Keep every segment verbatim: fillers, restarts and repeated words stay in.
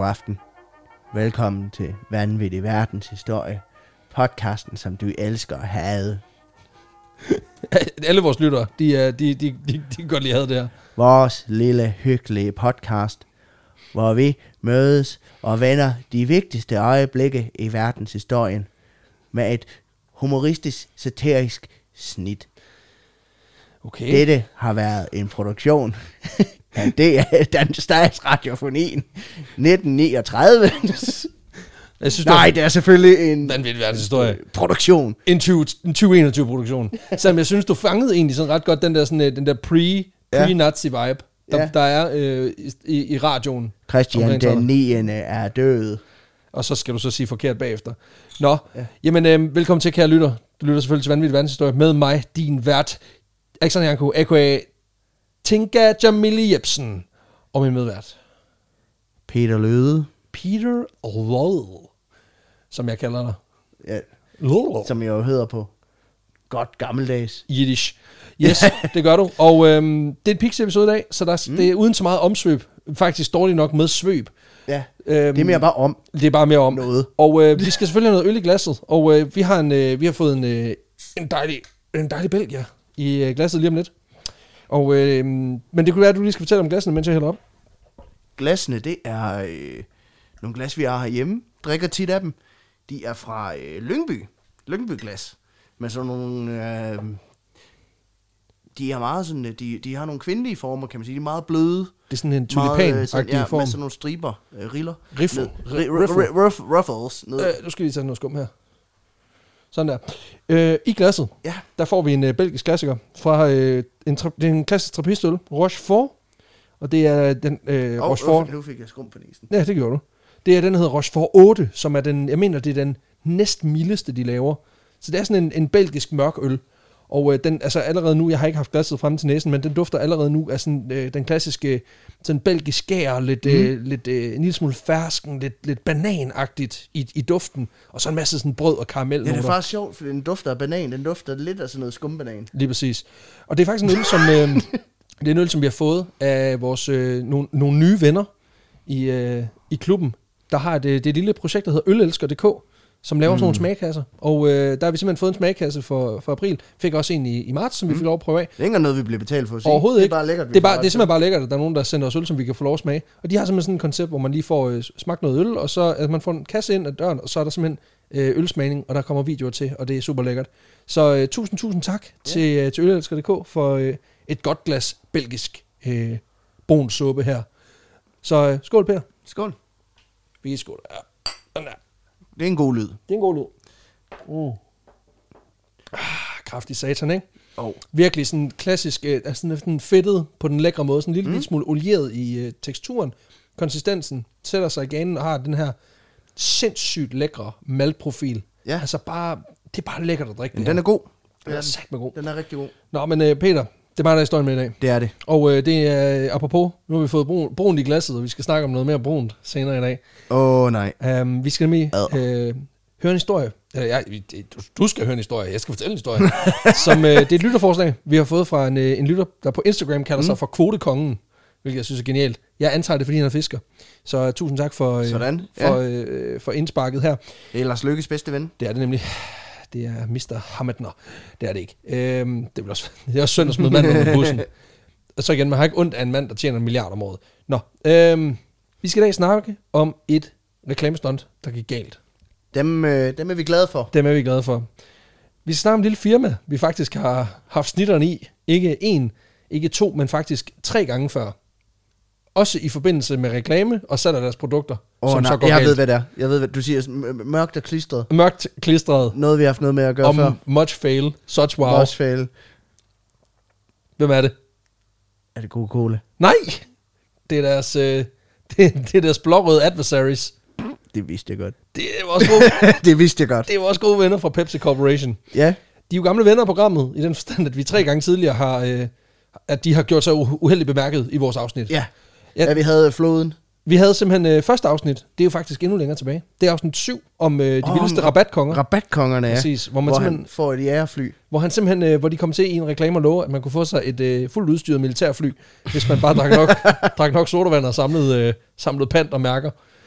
god aften. Velkommen til Vanvittig Verdenshistorie. Podcasten, som du elsker at have. Alle vores lyttere, de, de, de, de, de kan godt lide at have det her. Vores lille, hyggelige podcast, hvor vi mødes og vender de vigtigste øjeblikke i verdenshistorien med et humoristisk, satirisk snit. Okay. Dette har været en produktion af Dansk Statsradiofonien nitten niogtredive. Jeg synes, Nej, det er selvfølgelig en vanvittig verdenshistorie. Produktion. En, tyve, en tyve enogtyve produktion. Selvom jeg synes, du fangede egentlig sådan ret godt den der, sådan, den der pre, pre-Nazi vibe, der, ja. der er øh, i, i radioen. Christian den niende er død. Og så skal du så sige forkert bagefter. Nå, ja. Jamen øh, velkommen til, kære lytter. Du lytter selvfølgelig til Vanvittig Verdenshistorie med mig, din vært, Alexander Janko, a k a. Tinka Jamili Jebsen, og min medvært. Peter Løde. Peter Løde, som jeg kalder dig. Ja, Løde. som jeg jo hedder på godt gammeldags. Yiddish. Yes, det gør du. Og øhm, det er en Pix-episode i dag, så der, mm. det er uden så meget omsvøb. Faktisk dårligt nok med svøb. Ja, øhm, det er mere bare om. Det er bare mere om. Noget. Og øh, vi skal selvfølgelig have noget øl i glasset. Og øh, vi, har en, øh, vi har fået en, øh, en dejlig, en dejlig belgier i øh, glasset lige om lidt. Og, øh, men det kunne være, at du lige skal fortælle om glassene, mens jeg hælder op. Glassene, det er øh, nogle glas, vi har herhjemme. Drikker tit af dem. De er fra øh, Lyngby. Lyngby-glas. Med sådan nogle... Øh, de er meget sådan... De, de har nogle kvindelige former, kan man sige. De er meget bløde. Det er sådan en tulipan-agtig ja, form. med sådan nogle striber. Øh, riller. Riffle. Ruffles. Øh, nu skal vi tage noget skum her. Sådan der. Øh, I glasset, ja. Der får vi en øh, belgisk klassiker fra øh, en, tra- det er en klassisk trappistøl, Rochefort. Og det er den øh, oh, Rochefort. Nu fik jeg skum på næsen. Ja, det gjorde du. Det er den, der hedder Rochefort otte, som er den, jeg mener, det er den næst mildeste, de laver. Så det er sådan en, en belgisk mørk øl. Og øh, den, altså allerede nu, jeg har ikke haft glasset frem til næsen, men den dufter allerede nu af sådan, øh, den klassiske sådan belgisk skær, lidt, mm. øh, lidt øh, en lille smule fersken, lidt, lidt bananagtigt i, i duften, og så en masse sådan brød og karamel. Ja, det er faktisk sjovt, for den dufter af banan, den dufter lidt af sådan noget skumbanan. Lige præcis. Og det er faktisk en øl, som, øh, det er en øl, som vi har fået af vores, øh, nogle, nogle nye venner i, øh, i klubben, der har det, det lille projekt, der hedder ølelsker punktum d k, som laver mm. sådan nogle smagkasser. Og øh, der har vi simpelthen fået en smagkasse for, for april. Fik også en i, i marts, som mm. vi fik lov at prøve af. Det er ikke noget, vi bliver betalt for at sige. Overhovedet ikke. Det er bare lækkert. Det er, bare, det er simpelthen bare lækkert, at der er nogen, der sender os øl, som vi kan få lov at smage. Og de har simpelthen sådan et koncept, hvor man lige får øh, smagt noget øl, og så at man får en kasse ind ad døren, og så er der simpelthen øh, ølsmagning, og der kommer videoer til, og det er super lækkert. Så øh, tusind, tusind tak ja. til, øh, til ølelsker punktum d k for øh, et godt glas belgisk øh, brun suppe her. Så øh, skål, Per. Skål. Vi skål. Ja. Sådan der. Det er en god lyd. Det er en god lyd. Mm. Ah, kraftig satan, ikke? Oh. Virkelig sådan klassisk, øh, sådan, sådan fedtet på den lækre måde, sådan en lille, mm. lille smule olieret i øh, teksturen. Konsistensen sætter sig i ganen og har den her sindssygt lækre maltprofil. Ja. Altså bare, det er bare lækkert at drikke. Men den er god. Den er sagt med god. Den er rigtig god. Nå, men øh, Peter, det er mig, der er historien med i dag. Det er det. Og øh, det er, øh, apropos, nu har vi fået brun, brun i glasset, og vi skal snakke om noget mere brunt senere i dag. Åh, oh, nej. Um, vi skal nemlig øh, høre en historie. Eller, jeg, du, du skal høre en historie, jeg skal fortælle en historie. som, øh, det er et lytterforslag, vi har fået fra en, øh, en lytter, der på Instagram kalder mm. sig for Kvotekongen, hvilket jeg synes er genialt. Jeg antager det, fordi han er fisker. Så uh, tusind tak for, øh, Sådan. for, Ja. øh, for indsparket her. Det er Lars Lykkes bedste ven. Det er det nemlig. Det er mister Hammedner. Det er det ikke. Øhm, det, er også, det er også synd at smide manden under bussen. Og så igen, man har ikke ondt af en mand, der tjener en milliard om året. Nå, øhm, vi skal i dag snakke om et reklamestunt, der gik galt. Dem, øh, dem er vi glade for. Dem er vi glade for. Vi skal snakke om et lille firma, vi faktisk har haft snitterne i. Ikke en, ikke to, men faktisk tre gange før. Også i forbindelse med reklame og salg af deres produkter, oh, som nej, så går jeg galt. ved, hvad det er. Jeg ved, hvad du siger. Mørkt og klistret. Mørkt klistret. Noget, vi har haft noget med at gøre om før. much fail, such wow. Much fail. Hvem er det? Er det Coca-Cola? Nej! Det er deres, øh, det, det er deres blårøde adversaries. Det vidste jeg godt. Det er vores gode, det vidste jeg godt. det er vores gode venner fra Pepsi Corporation. Ja. De er jo gamle venner af programmet, i den forstand, at vi tre gange tidligere har, øh, at de har gjort sig uheldigt bemærket i vores afsnit. Ja. Ja. Ja, vi havde floden. Vi havde simpelthen øh, første afsnit, det er jo faktisk endnu længere tilbage. Det er afsnit syv om øh, de oh, vildeste rabatkonger. Rabatkongerne, ja. Præcis, hvor, man hvor han får et jægerfly. Hvor han simpelthen, øh, hvor de kom til i en reklame og love, at man kunne få sig et øh, fuldt udstyret militærfly, hvis man bare drak nok, drak nok sodavand og samlede, øh, samlede pant og mærker.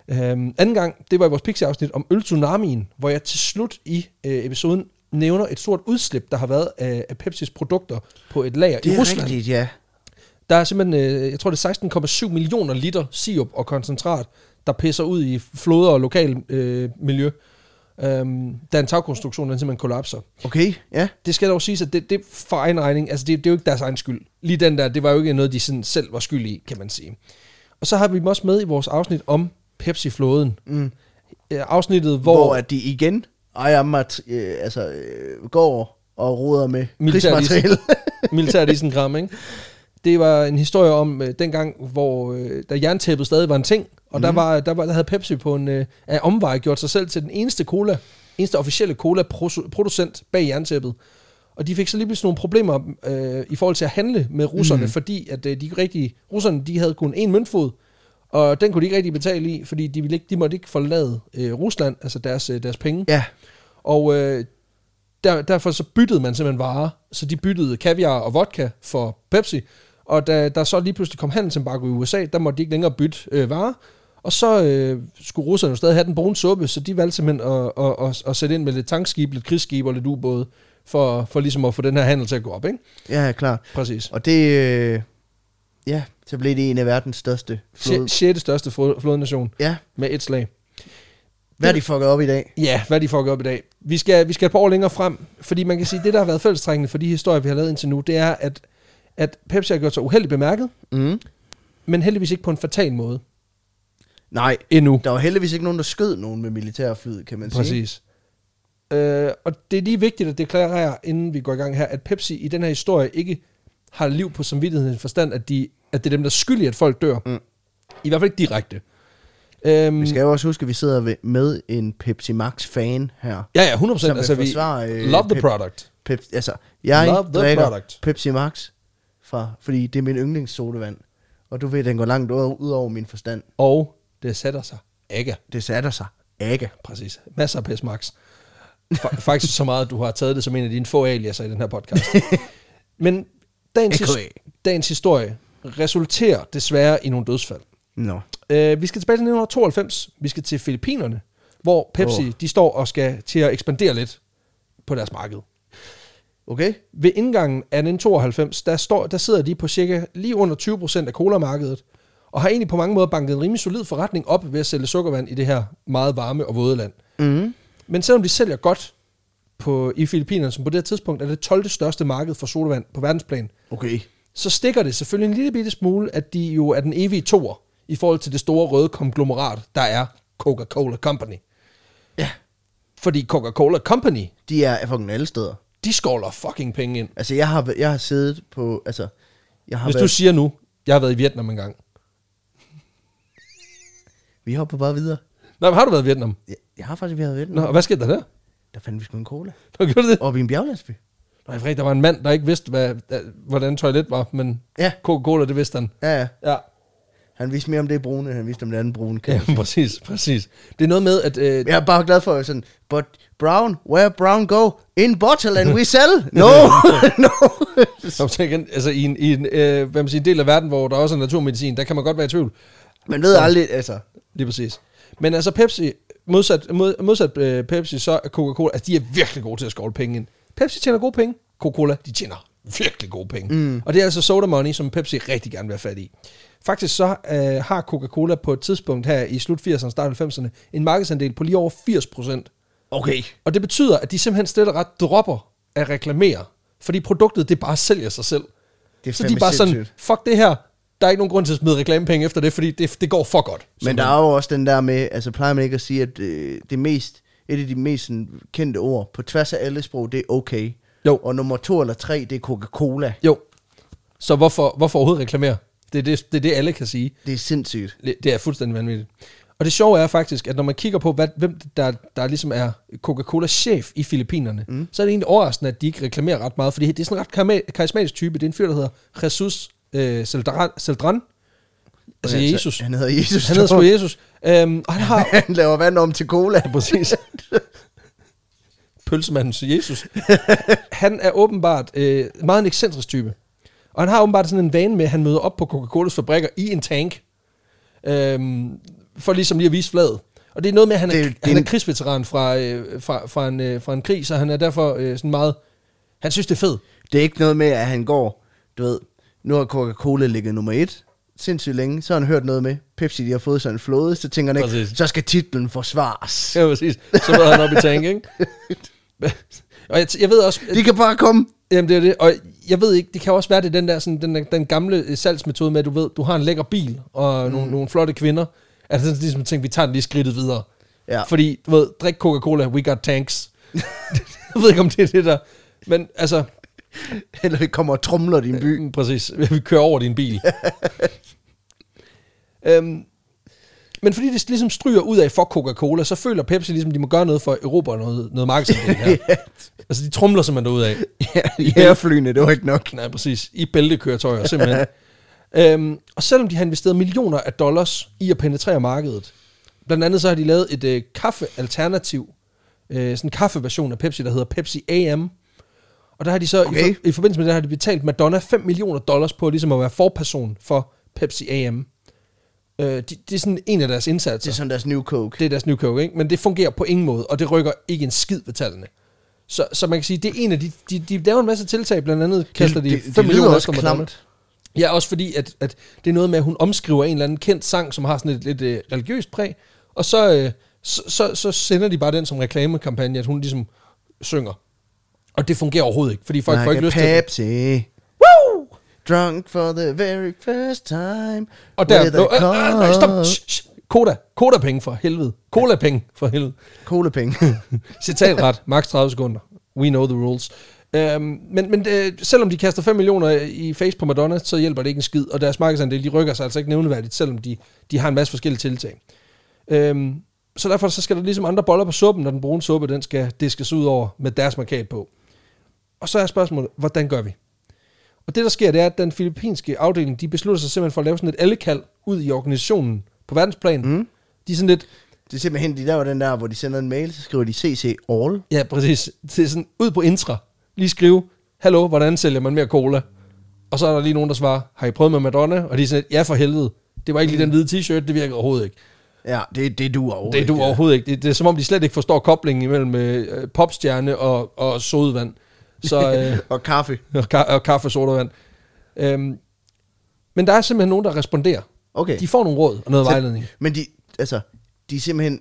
Øhm, anden gang, det var i vores Pixie-afsnit om øltsunamien, hvor jeg til slut i øh, episoden nævner et stort udslip, der har været af, af Pepsis produkter på et lager i Rusland. Det er rigtigt, ja. Der er simpelthen, øh, jeg tror det er seksten komma syv millioner liter sirup og koncentrat, der pisser ud i floder og lokal øh, miljø. Øhm, da en tagkonstruktion den simpelthen kollapser. Okay, ja. Det skal dog siges, at det, det er for egen regning, altså det, det er jo ikke deres egen skyld. Lige den der, det var jo ikke noget, de sådan selv var skyld i, kan man sige. Og så har vi dem også med i vores afsnit om Pepsi-flåden. Mm. Afsnittet, hvor... Hvor at de igen ejer mat, øh, altså, øh, går og roder med krigsmateriale. Militært isenkram, ikke? Det var en historie om øh, dengang, hvor øh, der jerntæppet stadig var en ting, og mm. der, var, der, var, der havde Pepsi på en øh, af omvej gjort sig selv til den eneste cola, eneste officielle cola-producent bag jerntæppet. Og de fik så lige pludselig nogle problemer øh, i forhold til at handle med russerne, mm. fordi at øh, de rigtig, russerne de havde kun én møntfod, og den kunne de ikke rigtig betale i, fordi de, ville ikke, de måtte ikke forlade øh, Rusland, altså deres, øh, deres penge. Ja. Og øh, der, derfor så byttede man simpelthen varer, så de byttede kaviar og vodka for Pepsi, og da der så lige pludselig kom handelsembargo i U S A, der måtte de ikke længere bytte øh, varer, og så øh, skulle russerne jo stadig have den brune suppe, så de valgte simpelthen at, at, at, at sætte ind med lidt tankskib, lidt krigsskib og lidt ubåde, for, for ligesom at få den her handel til at gå op, ikke? Ja, klart. Præcis. Og det, øh, ja, så blev det en af verdens største flåde. Sjette største flådenation. Ja. Med et slag. Hvad er de fucket op i dag? Ja, hvad er de fucket op i dag? Vi skal, vi skal et par år længere frem, fordi man kan sige, at det, der har været fællestrækkende for de historier, vi har lavet indtil nu, det er, at, at Pepsi har gjort sig uheldigt bemærket, Mm. men heldigvis ikke på en fatal måde. Nej, Endnu. der var heldigvis ikke nogen, der skød nogen med militærfly, kan man sige. Præcis. Øh, og det er lige vigtigt at deklarere, inden vi går i gang her, at Pepsi i den her historie ikke har liv på samvittigheden forstand, at, de, at det er dem, der er skyldige, at folk dør. Mm. I hvert fald ikke direkte. Øhm, Vi skal jo også huske, at vi sidder med en Pepsi Max-fan her. Ja, ja, hundrede procent. Som Altså, vil vi forsvare, øh, love the Pep- product. Pep, altså, jeg Love the drikker product. Pepsi Max, fra, fordi det er min yndlingssodavand. Og du ved, den går langt ud, ud over min forstand. Og det sætter sig ikke. Det satte sig ikke. Præcis. Masser af Pepsi Max. Fa- faktisk så meget, at du har taget det som en af dine få aliaser i den her podcast. Men dagens, his- dagens historie resulterer desværre i nogle dødsfald. Nå. Uh, vi skal tilbage til nitten tooghalvfems. Vi skal til Filippinerne, hvor Pepsi oh. de står og skal til at ekspandere lidt på deres marked. Okay. Ved indgangen af nitten tooghalvfems, der, står, der sidder de på cirka lige under tyve procent af colamarkedet, og har egentlig på mange måder banket en rimelig solid forretning op ved at sælge sukkervand i det her meget varme og våde land. Mm. Men selvom de sælger godt på, i Filippinerne, som på det her tidspunkt er det tolvte største marked for sodavand på verdensplan, Okay. så stikker det selvfølgelig en lille bitte smule, at de jo er den evige toer i forhold til det store røde konglomerat, der er Coca-Cola Company. Ja. Fordi Coca-Cola Company, De er fucking alle steder. de skovler fucking penge ind. Altså, jeg har, jeg har siddet på, altså, jeg har Hvis været, du siger nu, jeg har været i Vietnam engang. vi hopper bare videre. Nå, men har du været i Vietnam? Jeg, jeg har faktisk været ved den. Nå, og hvad skete der der? Der fandt vi sgu en cola. Nå, gjorde du det? Oppe i en bjerglandsby. Nej, Frederik, der var en mand, der ikke vidste, hvad, hvordan toilet var, men Ja. Coca-Cola, det vidste han. Ja, ja. Ja. Han vidste mere om det brune, end han vidste om det andet brune. Ja, præcis, præcis. Det er noget med, at... Øh, Jeg er bare glad for sådan, but brown, where brown go? In bottle and we sell? No, no. Som så igen, altså i en, i en øh, hvad man siger, del af verden, hvor der også er naturmedicin, der kan man godt være i tvivl. Man ved aldrig, altså. Lige præcis. Men altså Pepsi, modsat, mod, modsat øh, Pepsi, så er Coca-Cola, altså de er virkelig gode til at skovle penge ind. Pepsi tjener gode penge, Coca-Cola, de tjener virkelig gode penge. Mm. Og det er altså soda money, som Pepsi rigtig gerne vil have fat i. Faktisk så øh, har Coca-Cola på et tidspunkt her i slut firserne, start halvfemserne, en markedsandel på lige over firs procent. Okay. Og det betyder, at de simpelthen slet og ret dropper at reklamere, fordi produktet, det bare sælger sig selv. Det er Så de er bare sådan, fuck det her, der er ikke nogen grund til at smide reklamepenge efter det, fordi det, det går for godt. Men der er jo også den der med, altså plejer man ikke at sige, at øh, det mest, et af de mest sådan, kendte ord på tværs af alle sprog, det er okay. Jo. Og nummer to eller tre, det er Coca-Cola. Jo. Så hvorfor, hvorfor overhovedet reklamere? Det er det, det er det, alle kan sige. Det er sindssygt. Det er fuldstændig vanvittigt. Og det sjove er faktisk, at når man kigger på, hvad, hvem der, der ligesom er Coca-Colas chef i Filippinerne, mm. så er det egentlig overraskende, at de ikke reklamerer ret meget, fordi det er sådan en ret karismatisk type. Det er en fyr, der hedder Jesus øh, Celdran. Celdran. Altså Okay, Jesus. Han hedder Jesus. Han hedder sgu Jesus. Øhm, og han har... Han laver vand om til cola. Præcis. Pølsemandens Jesus. Han er åbenbart øh, meget en ekscentrisk type. Og han har åbenbart sådan en vane med, at han møder op på Coca-Colas fabrikker i en tank. Øhm, for ligesom lige at vise flaget. Og det er noget med, at han er, det, han det, er krigsveteran fra, øh, fra, fra, en, øh, fra en krig, så han er derfor øh, sådan meget... Han synes, det er fedt. Det er ikke noget med, at han går, du ved, nu har Coca-Cola ligget nummer et, sindssygt længe, så har han hørt noget med, Pepsi, de har fået sådan en flåde, så tænker han ikke, så skal titlen forsvares. Ja, præcis. Så var han op i tank, ikke? Og jeg, jeg ved også... De kan bare komme. Jamen, det er det. Og jeg ved ikke, det kan også være, det er den der, sådan, den, den gamle salgsmetode med, at du ved, du har en lækker bil, og mm. nogle, nogle flotte kvinder. Altså, det er ligesom at tænke, vi tager den lige skridtet videre. Ja. Fordi, du ved, drik Coca-Cola, we got tanks. Jeg ved ikke, om det er det der. Men altså... Eller vi kommer og tromler din by. Præcis, vi kører over din bil. øhm, men fordi det ligesom stryger ud af for Coca-Cola, så føler Pepsi ligesom, de må gøre noget for Europa, noget, noget markedsandel her. Ja. Altså, de tromler simpelthen derud af. Ja, i airflyene, det var ikke nok. Nej, præcis. I bæltekøretøjer, simpelthen. øhm, og selvom de har investeret millioner af dollars i at penetrere markedet, blandt andet så har de lavet et øh, kaffe-alternativ, øh, sådan en kaffeversion af Pepsi, der hedder Pepsi A M. Og der har de så, okay. i, for, i forbindelse med det, har de betalt Madonna fem millioner dollars på, ligesom at være forperson for Pepsi A M. Øh, de, det er sådan en af deres indsatser. Det er sådan deres new Coke. Det er deres new Coke, ikke? Men det fungerer på ingen måde, og det rykker ikke en skid ved tallene. Så, så man kan sige, det er en af de, de, de laver en masse tiltag, blandt andet kaster de fem millioner efter Madonna. Ja, også fordi, at, at det er noget med, at hun omskriver en eller anden kendt sang, som har sådan et lidt uh, religiøst præg, og så, uh, så, så, så sender de bare den som reklamekampagne, at hun ligesom synger. Og det fungerer overhovedet ikke, fordi folk like får ikke lyst Pepsi. til det. Woo! Drunk for the very first time. Og der, no, øh, øh, nej, stop. Shh, shh. Koda. Koda-penge for helvede. Cola-penge for helvede. Cola-penge. Citatret. Max tredive sekunder. We know the rules. Um, men men øh, selvom de kaster fem millioner i face på Madonna, så hjælper det ikke en skid. Og deres markedsandel, de rykker sig altså ikke nævneværdigt, selvom de, de har en masse forskellige tiltag. Um, så derfor så skal der ligesom andre boller på suppen, når den brune suppe, den skal diskes ud over med deres markat på. Og så er spørgsmålet, hvordan gør vi? Og det der sker, det er, at den filippinske afdeling, de beslutter sig simpelthen for at lave sådan et allekald ud i organisationen på verdensplan. Mm. De er sådan lidt... Det er simpelthen, de laver den der, hvor de sender en mail, så skriver de C C all. Ja, præcis. Det er sådan ud på intra. Lige skrive, hallo, hvordan sælger man mere cola? Og så er der lige nogen, der svarer, har I prøvet med Madonna? Og de er sådan lidt, ja for helvede. Det var ikke lige den hvide t-shirt, det virker overhovedet ikke. Ja, det, det duer overhovedet ikke. Det duer overhovedet ikke. Det, det er som om, de slet ikke forstår koblingen imellem øh, popstjerne og, og sodavand. Så, øh, og kaffe. Og, ka- og kaffe og sodavand. Øhm, men der er simpelthen nogen, der responderer. Okay. De får nogle råd og noget så, vejledning. Men de, altså, de er simpelthen,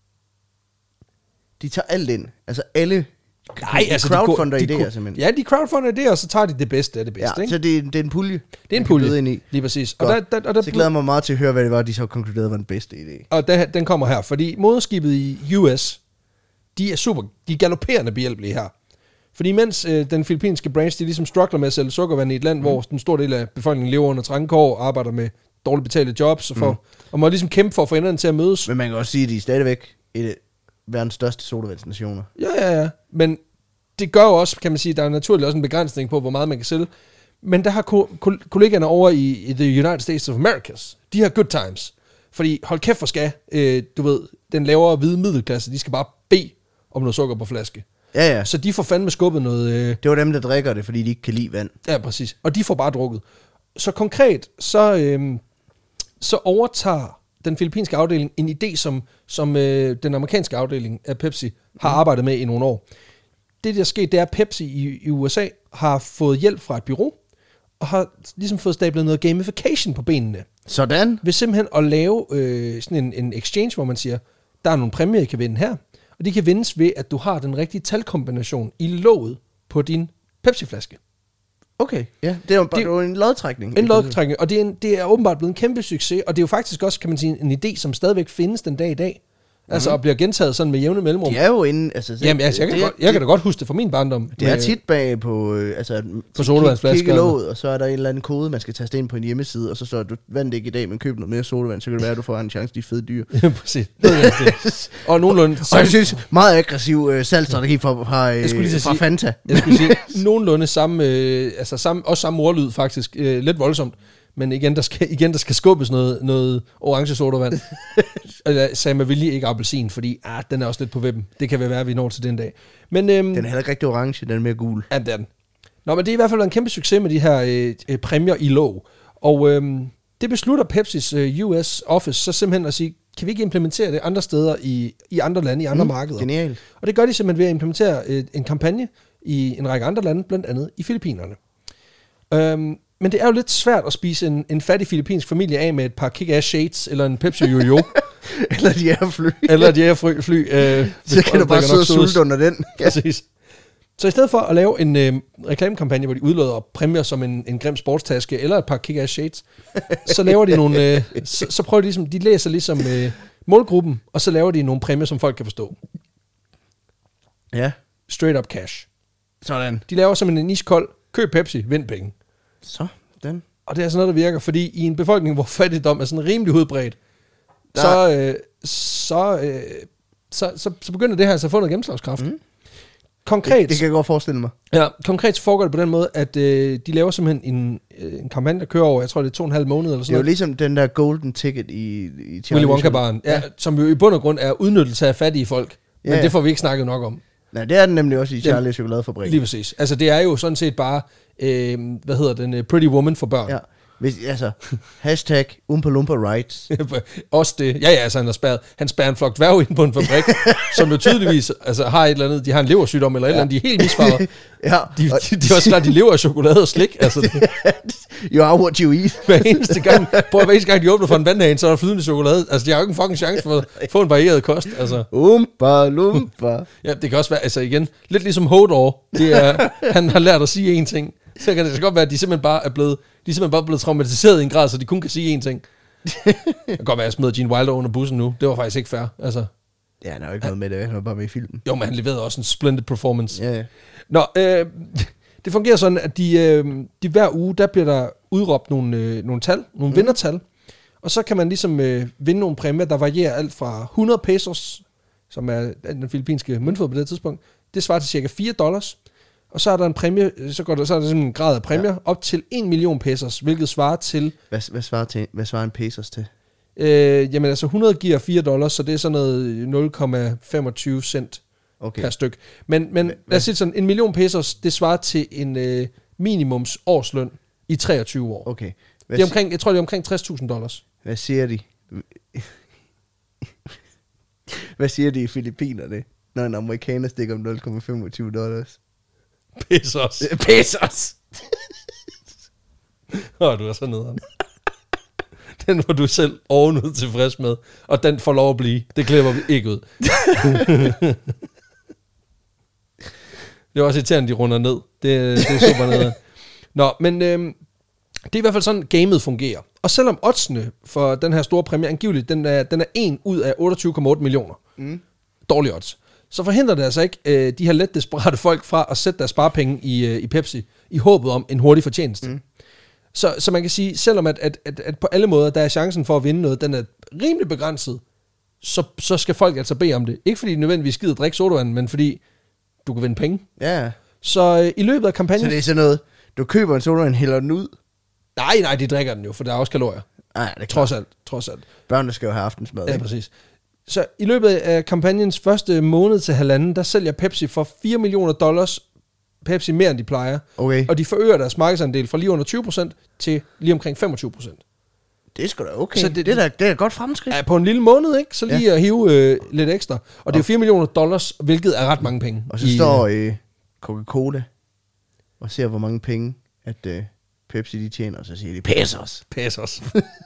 de tager alt ind. Altså alle Nej, de altså crowdfunder de, de, idéer de, simpelthen. Ja, de crowdfunder idéer, og så tager de det bedste af det bedste. Ja, ikke? så det, det er en pulje. Det er en pulje, ind i. lige præcis. Og der, der, der, der, så glæder mig meget til at høre, hvad det var, de så konkluderede var den bedste idé. Og der, den kommer her, fordi moderskibet i U S, de er super, de er galopperende behjælpelige her. Fordi mens øh, den filippinske branch, de ligesom struggler med at sælge sukkervand i et land, mm. hvor den store del af befolkningen lever under trangkår, arbejder med dårligt betalte jobs, og, for, mm. og må ligesom kæmpe for at få enderne til at mødes. Men man kan også sige, at de er stadigvæk et af verdens største sodavandsnationer. Ja, ja, ja. Men det gør jo også, kan man sige, der er naturligt også en begrænsning på, hvor meget man kan sælge. Men der har ko- ko- kollegaerne over i, i The United States of Americas, de har good times. Fordi hold kæft for skal, øh, du ved, den lavere hvide middelklasse, de skal bare bede om noget sukker på flaske. Ja, ja. Så de får fandme skubbet noget... Øh... Det var dem, der drikker det, fordi de ikke kan lide vand. Ja, præcis. Og de får bare drukket. Så konkret, så, øh, så overtager den filippinske afdeling en idé, som, som øh, den amerikanske afdeling af Pepsi har mm. arbejdet med i nogle år. Det, der er sket, det er, at Pepsi i, i U S A har fået hjælp fra et bureau, og har ligesom fået stablet noget gamification på benene. Sådan? Ved simpelthen at lave øh, sådan en, en exchange, hvor man siger, der er nogle præmier, I kan vinde her, og de kan vindes ved, at du har den rigtige talkombination i låget på din Pepsi-flaske. Okay, ja. Det er jo, det er jo en lodtrækning. En lodtrækning, og det er, en, det er åbenbart blevet en kæmpe succes, og det er jo faktisk også, kan man sige, en idé, som stadigvæk findes den dag i dag. Altså, mm-hmm. og bliver gentaget sådan med jævne mellemrum. De er jo inde... Altså, Jamen, altså, jeg, kan det, godt, jeg kan da godt huske det fra min barndom. Det er tit bag på... Øh, altså, på sodavandsflasker. Og så er der en eller anden kode, man skal taste ind på en hjemmeside, og så står du vandt ikke i dag, men køb noget mere sodavand, så kan det være, at du får en chance, de fede dyr. Ja, præcis. og nogenlunde... og jeg synes, meget aggressiv øh, salgstrategi fra, fra, øh, fra sige, Fanta. Jeg skulle sige, nogenlunde samme... Øh, altså, samme, også samme ordlyd, faktisk. Øh, lidt voldsomt. Men igen, der skal, igen, der skal skubbes noget, noget orange sodavand. Eller sagde med vilje ikke appelsin, fordi ah, den er også lidt på vippen. Det kan være, at vi når til den dag. Men, øhm, den er heller ikke rigtig orange, den er mere gul. Ja, det er den. Nå, men det er i hvert fald en kæmpe succes med de her øh, præmier i låg. Og øhm, Det beslutter Pepsis uh, U S office så simpelthen at sige, kan vi ikke implementere det andre steder i, i andre lande, i andre mm, markeder? Genialt. Og det gør de simpelthen ved at implementere uh, en kampagne i en række andre lande, blandt andet i Filippinerne. Um, men det er jo lidt svært at spise en, en fattig filippinsk familie af med et par kick-ass shades, eller en Pepsi Yo-Yo. Eller de er fly. eller de er fly. fly uh, så kan du bare sidde og sulte under den. Præcis. Så i stedet for at lave en øh, reklamekampagne, hvor de udløder præmier som en, en grim sportstaske eller et par kick-ass shades, så laver de nogle, øh, så, så prøver de ligesom, de læser ligesom øh, målgruppen, og så laver de nogle præmier, som folk kan forstå. Ja. Straight up cash. Sådan. De laver simpelthen en iskold, køb Pepsi, vind penge. Så, den. Og det er sådan noget, der virker, fordi i en befolkning, hvor fattigdom er sådan rimelig udbredt, så, øh, så, øh, så, så, så begynder det her altså at få noget gennemslagskraft. Mm. Konkret, det, det kan jeg godt forestille mig. Ja, konkret så foregår det på den måde, at øh, de laver simpelthen en, øh, en kampagne, der kører over, jeg tror det er to og en halv måned eller sådan noget. Det er jo ligesom den der golden ticket i, i Willy Wonka-baren, ja, ja. Som jo i bund og grund er udnyttelse af fattige folk. Men ja, ja. Det får vi ikke snakket nok om. Nej, det er den nemlig også i Charlie Chokoladefabrik. Lige præcis. Altså det er jo sådan set bare, øh, hvad hedder den, Pretty Woman for børn. Ja. Hvis, altså, hashtag Oompa Loompa Rights. Også det. Ja, ja, altså han har spærret, han spærrer en flok dværge ind på en fabrik, som jo tydeligvis altså, har et eller andet, de har en leversygdom eller et ja. eller andet, de er helt misfarvet. ja. De, de, de er også klart, de lever af chokolade og slik. Altså, det. You are what you eat. Hver eneste gang, prøv hver eneste gang, de åbner for en vandhane, så er der flydende chokolade. Altså, de har jo ikke en fucking chance for at få en varieret kost. Altså. Oompa Loompa. Ja, det kan også være, altså igen, lidt ligesom Hodor, det er, han har lært at sige én ting. Så kan det så godt være, at de simpelthen bare er blevet, de er simpelthen bare blevet traumatiseret i en grad, så de kun kan sige én ting. Det kan godt være, at jeg smed Gene Wilder under bussen nu. Det var faktisk ikke fair. Altså. Ja, han har jo ikke noget med det. Han var bare med i filmen. Jo, men han leverede også en splendid performance. Ja, ja. Nå, øh, det fungerer sådan, at de, øh, de hver uge, der bliver der udråbt nogle, øh, nogle tal, nogle mm. vindertal. Og så kan man ligesom øh, vinde nogle præmier, der varierer alt fra hundrede pesos, som er den filippinske møntfod på det tidspunkt. Det svarer til cirka fire dollars. Og så er der en præmie, så går der, så er der sådan en grad af præmier, ja. Op til en million pesos, hvilket svarer til... Hvad, hvad, svarer, til, hvad svarer en pesos til? Øh, jamen altså hundrede giver fire dollars, så det er sådan noget nul komma femogtyve cent okay. per styk. Men, men lad os sige sådan, en million pesos, det svarer til en øh, minimums årsløn i treogtyve år. Okay. Det er omkring, jeg tror, det er omkring tres tusind dollars. Hvad siger de? Hvad siger de i Filippinerne, når en amerikaner stikker om nul komma femogtyve dollars? Pesos. Pesos. Åh, oh, du er så nederen. Den var du selv ovenud tilfreds med, og den får lov at blive. Det klipper vi ikke ud. Det er også irriterende, de runder ned. Det, det er super nederen. Nå, men øhm, det er i hvert fald sådan, gamet fungerer. Og selvom oddsene for den her store præmie angiveligt, den er, den er en ud af otteogtyve komma otte millioner. Mm. Dårlige odds. Så forhindrer det altså ikke øh, de her let desperate folk fra at sætte deres sparepenge i, øh, i Pepsi, i håbet om en hurtig fortjeneste. Mm. Så, så man kan sige, selvom at, at, at, at på alle måder, der er chancen for at vinde noget, den er rimelig begrænset, så, så skal folk altså bede om det. Ikke fordi de nødvendigvis gider drikke sodavand, men fordi du kan vinde penge. Ja. Så øh, i løbet af kampagnen... Så det er sådan noget, du køber en sodavand, hælder den ud? Nej, nej, de drikker den jo, for der er også kalorier. Nej, det er trods alt, trods alt. Børnene skal jo have aftensmad. Ja, ikke? Præcis. Så i løbet af kampagnens første måned til halvanden, der sælger Pepsi for fire millioner dollars Pepsi mere end de plejer. Okay. Og de forøger deres markedsandel fra lige under tyve procent til lige omkring femogtyve procent. Det er sgu da okay. Så det, det, er da, det er et godt fremskridt. Ja, på en lille måned, ikke? Så lige ja. At hive øh, lidt ekstra. Og, og det er fire millioner dollars, hvilket er ret mange penge. Og så i, står øh, Coca-Cola og ser, hvor mange penge, at øh, Pepsi de tjener, og så siger de, pesos. Pesos.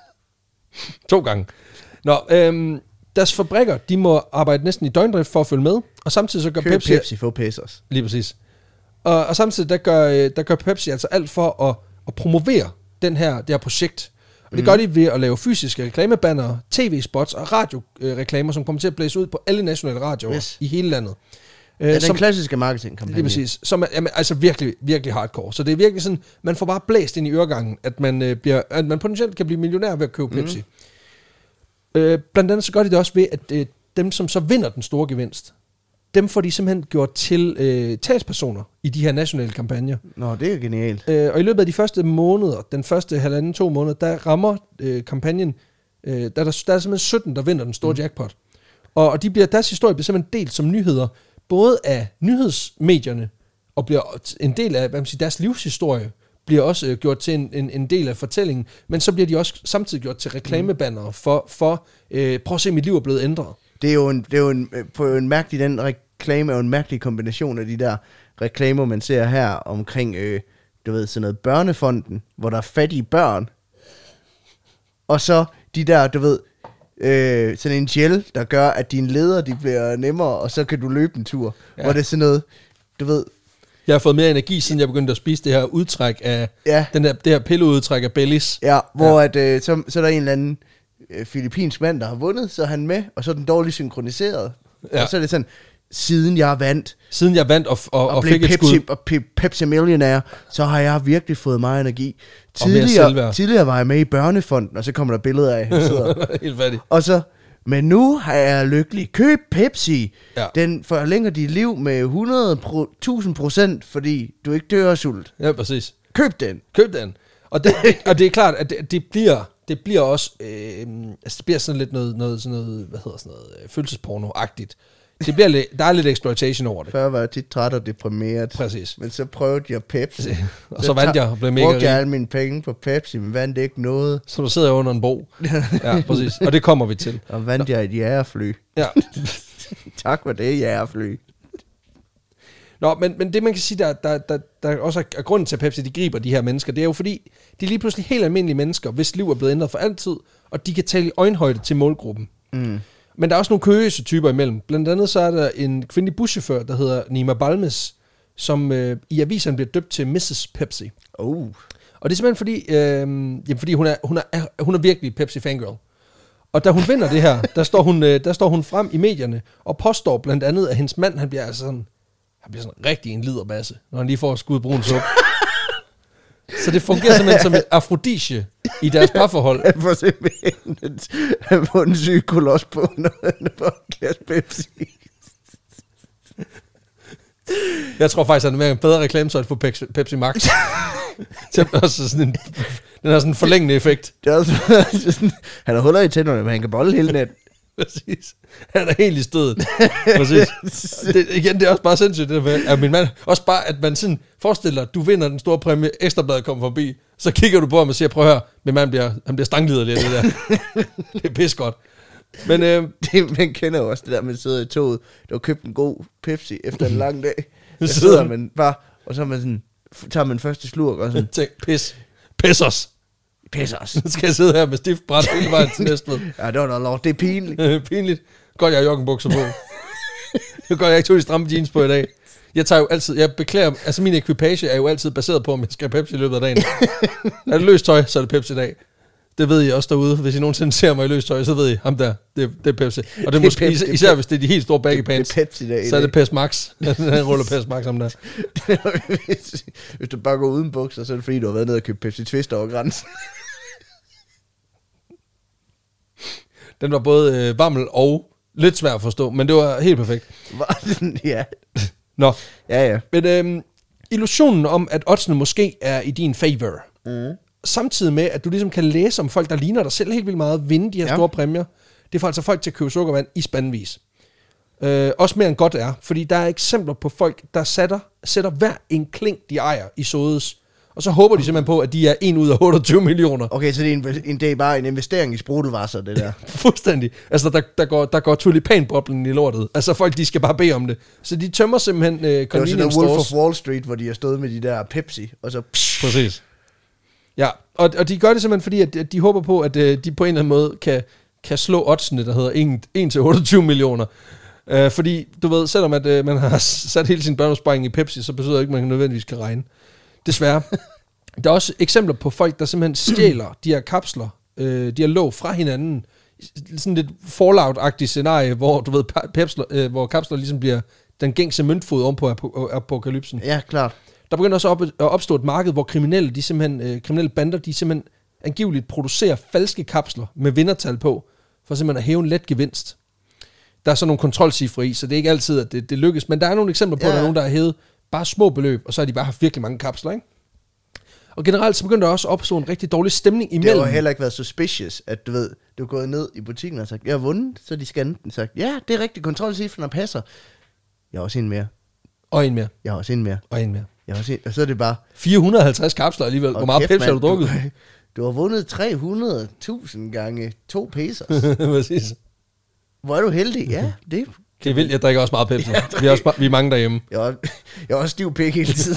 To gange. Nå, øhm, deres fabrikker, de må arbejde næsten i døgndrift for at følge med, og samtidig så gør Køb Pepsi... Pepsi for pesos. Lige præcis. Og, og samtidig, der gør, der gør Pepsi altså alt for at, at promovere den her, det her projekt. Og det mm. gør de ved at lave fysiske reklamebanner, tv-spots og radioreklamer, som kommer til at blæse ud på alle nationale radioer yes. i hele landet. Ja, den som, klassiske marketingkampagne. Det er præcis. Som er jamen, altså virkelig, virkelig hardcore. Så det er virkelig sådan, man får bare blæst ind i øregangen, at man, øh, bliver, at man potentielt kan blive millionær ved at købe Pepsi. Mm. Øh, blandt andet så gør de det også ved, at øh, dem, som så vinder den store gevinst, dem får de simpelthen gjort til øh, talspersoner i de her nationale kampagner. Nå, det er genialt. Øh, og i løbet af de første måneder, den første halvanden, to måneder, der rammer øh, kampagnen, øh, der, der, der er simpelthen sytten, der vinder den store mm. jackpot. Og, og de bliver, deres historie bliver simpelthen delt som nyheder, både af nyhedsmedierne, og bliver en del af hvad man siger, deres livshistorie bliver også øh, gjort til en, en, en del af fortællingen, men så bliver de også samtidig gjort til reklamebannere for, for øh, prøv at se, mit liv er blevet ændret. Det er jo en, det er jo en, på en mærkelig, den reklame er jo en mærkelig kombination af de der reklamer, man ser her omkring, øh, du ved, sådan noget børnefonden, hvor der er fattige børn, og så de der, du ved, øh, sådan en gel, der gør, at dine leder, de bliver nemmere, og så kan du løbe en tur, ja. Hvor det er sådan noget, du ved. Jeg har fået mere energi, siden jeg begyndte at spise det her udtræk af, ja. den der, det her pilleudtræk af Bellis. Ja, hvor ja. At, øh, så, så er der en eller anden øh, filippinsk mand, der har vundet, så er han med, og så er den dårligt synkroniseret. Ja. Og så er det sådan, siden jeg vandt, siden jeg vandt og, og, og, og fik Pepsi, et skud. og Pe- Pepsi Millionaire, så har jeg virkelig fået meget energi. Tidligere, tidligere var jeg med i børnefonden, og så kommer der billeder af, han sidder. Helt fattig. Og så, men nu er jeg lykkelig. Køb Pepsi. Ja. Den forlænger dit liv med hundrede tusind procent, fordi du ikke dør af sult. Ja, præcis. Køb den. Køb den. Og det, og det er klart, at det, det bliver det bliver også øh, altså det bliver sådan lidt noget, noget sådan noget, hvad hedder sådan noget, øh, følelsesporno-agtigt. Det bliver lidt, der er lidt exploitation over det. Før var jeg tit træt og deprimeret. Præcis. Men så prøvede jeg Pepsi. Og så, så vandt jeg og blev mega rig. Brugte jeg alle mine penge på Pepsi, men vandt ikke noget. Så du sidder under en bro. Ja, præcis. Og det kommer vi til. Og vandt Nå. jeg et jægerfly. Ja. Tak for det, jægerfly. Nå, men, men det man kan sige, der, der, der, der også er grunden til, at Pepsi de griber de her mennesker, det er jo fordi, de er lige pludselig helt almindelige mennesker, hvis liv er blevet ændret for altid, og de kan tale i øjenhøjde til målgruppen. Mm. Men der er også nogle køse typer imellem. Blandt andet så er der en kvindelig buschauffør, der hedder Nima Balmes, som øh, i aviserne bliver døbt til missus Pepsi. Oh. Og det er simpelthen fordi, øh, jamen fordi hun, er, hun, er, hun er virkelig Pepsi-fangirl. Og da hun vinder det her, der står hun, øh, der står hun frem i medierne, og påstår blandt andet, at hendes mand, han bliver altså sådan, han bliver sådan rigtig en liderbasse, når han lige får skud brun suppe. Så det fungerer simpelthen som et afrodisje i deres parforhold. Han får simpelthen han får en syg kolos på, når han får en glas Pepsi. Jeg tror faktisk, at han er en bedre reklamesøjt for Pepsi, Pepsi Max. Det er også sådan en, den har sådan en forlængende effekt. Det er også sådan, han har huller i tænderne, men han kan bolle hele natten. Præcis. Han er helt i stødet. Præcis. Det, igen, det er også bare sindssygt, det der med, at min mand, også bare, at man sådan forestiller, at du vinder den store præmie, Ekstrabladet kommer forbi, så kigger du på ham og siger, prøv at høre, min mand bliver, han bliver stangliderlig af det der. Det er pis godt. Men øh, det, man kender jo også det der, man sidder i toget, du har købt en god Pepsi efter en lang dag, så sidder man bare, og så man sådan, tager man første slurk og sådan, tænk, pis, pis os. Pis os. Nu skal jeg sidde her med stift bræt hele vejen til Næstved. Ja, det var noget lort. Det er pinligt. Pinligt. Godt, jeg har joggenbukser på. Det er godt, jeg ikke tog de stramme jeans på i dag. Jeg tager jo altid, jeg beklager, altså min ekvipage er jo altid baseret på, om jeg skal have Pepsi i løbet af dagen. Er det løst tøj, så er det Pepsi i dag. Det ved I også derude. Hvis I nogensinde ser mig i løst tøj, så ved I, ham der, det, det er Pepsi. Og det er, det er måske, Pepsi, især det er, hvis det er de helt store baggy pants, det er Pepsi dag, så er det Pepsi Max. Han ruller Pepsi Max om der. hvis, hvis du bare går uden bukser, så er det fordi, du har været nede og købt Pepsi Twist over grænsen. Den var både øh, vammel og lidt svær at forstå, men det var helt perfekt. Ja. Nå. Ja, ja. Men øh, illusionen om, at oddsene måske er i din favor, mm. samtidig med, at du ligesom kan læse om folk, der ligner dig selv helt vildt meget, vinde de her ja. store præmier, det får altså folk til at købe sukkervand i spandvis. Øh, også mere end godt er, fordi der er eksempler på folk, der sætter, sætter hver en klink, de ejer i sodes, og så håber de simpelthen på, at de er en ud af otteogtyve millioner. Okay, så det er, en, en, det er bare en investering i sprudelvasser, det der. Fuldstændig. Altså, der, der går, der går tulipanboblen i lortet. Altså, folk, de skal bare bede om det. Så de tømmer simpelthen uh, convenience stores. Det var sådan Wolf of Wall Street, hvor de har stået med de der Pepsi, og så... Psh. Præcis. Ja, og, og de gør det simpelthen, fordi at, at de håber på, at uh, de på en eller anden måde kan, kan slå oddsene, der hedder en til otteogtyve millioner. Uh, fordi, du ved, selvom at, uh, man har sat hele sin børneopsparing i Pepsi, så betyder det ikke, at man nødvendigvis kan regne. Desværre. Der er også eksempler på folk, der simpelthen stjæler de her kapsler, øh, de her låg fra hinanden. Sådan lidt Fallout-agtigt scenarie, hvor du ved, pepsler, øh, hvor kapsler ligesom bliver den gængse møntfod oven på ap- apokalypsen. Ja, klart. Der begynder også op, at opstå et marked, hvor kriminelle, de simpelthen, øh, kriminelle bander, de simpelthen angiveligt producerer falske kapsler med vindertal på, for simpelthen at hæve en let gevinst. Der er så nogle kontrolcifre i, så det er ikke altid, at det, det lykkes, men der er nogle eksempler på, ja. At der er nogen, der har hævet bare små beløb, og så har de bare haft virkelig mange kapsler, ikke? Og generelt så begyndte der også at opstå en rigtig dårlig stemning imellem. Det har heller ikke været suspicious, at du ved, du er gået ned i butikken og sagt, jeg har vundet, så de scannede den og sagt, ja, det er rigtigt, kontrolcifrene passer. Jeg har også en mere. Og en mere. Jeg har også en mere. Og en mere. Jeg Jeg har set, og så er det bare... fire hundrede og halvtreds kapsler alligevel. Hvor meget Pepsi har du drukket? Du, du har vundet tre hundrede tusind gange to pesos. Præcis. Hvor er du heldig. Ja, det... Det er vildt, jeg drikker også meget Pepsi. Ja, vi, er også, vi er mange derhjemme. Jeg er, jeg er også stiv pik hele tiden.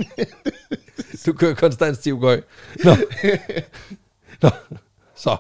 Du kører konstant stiv gøj. Nå. Nå. Så.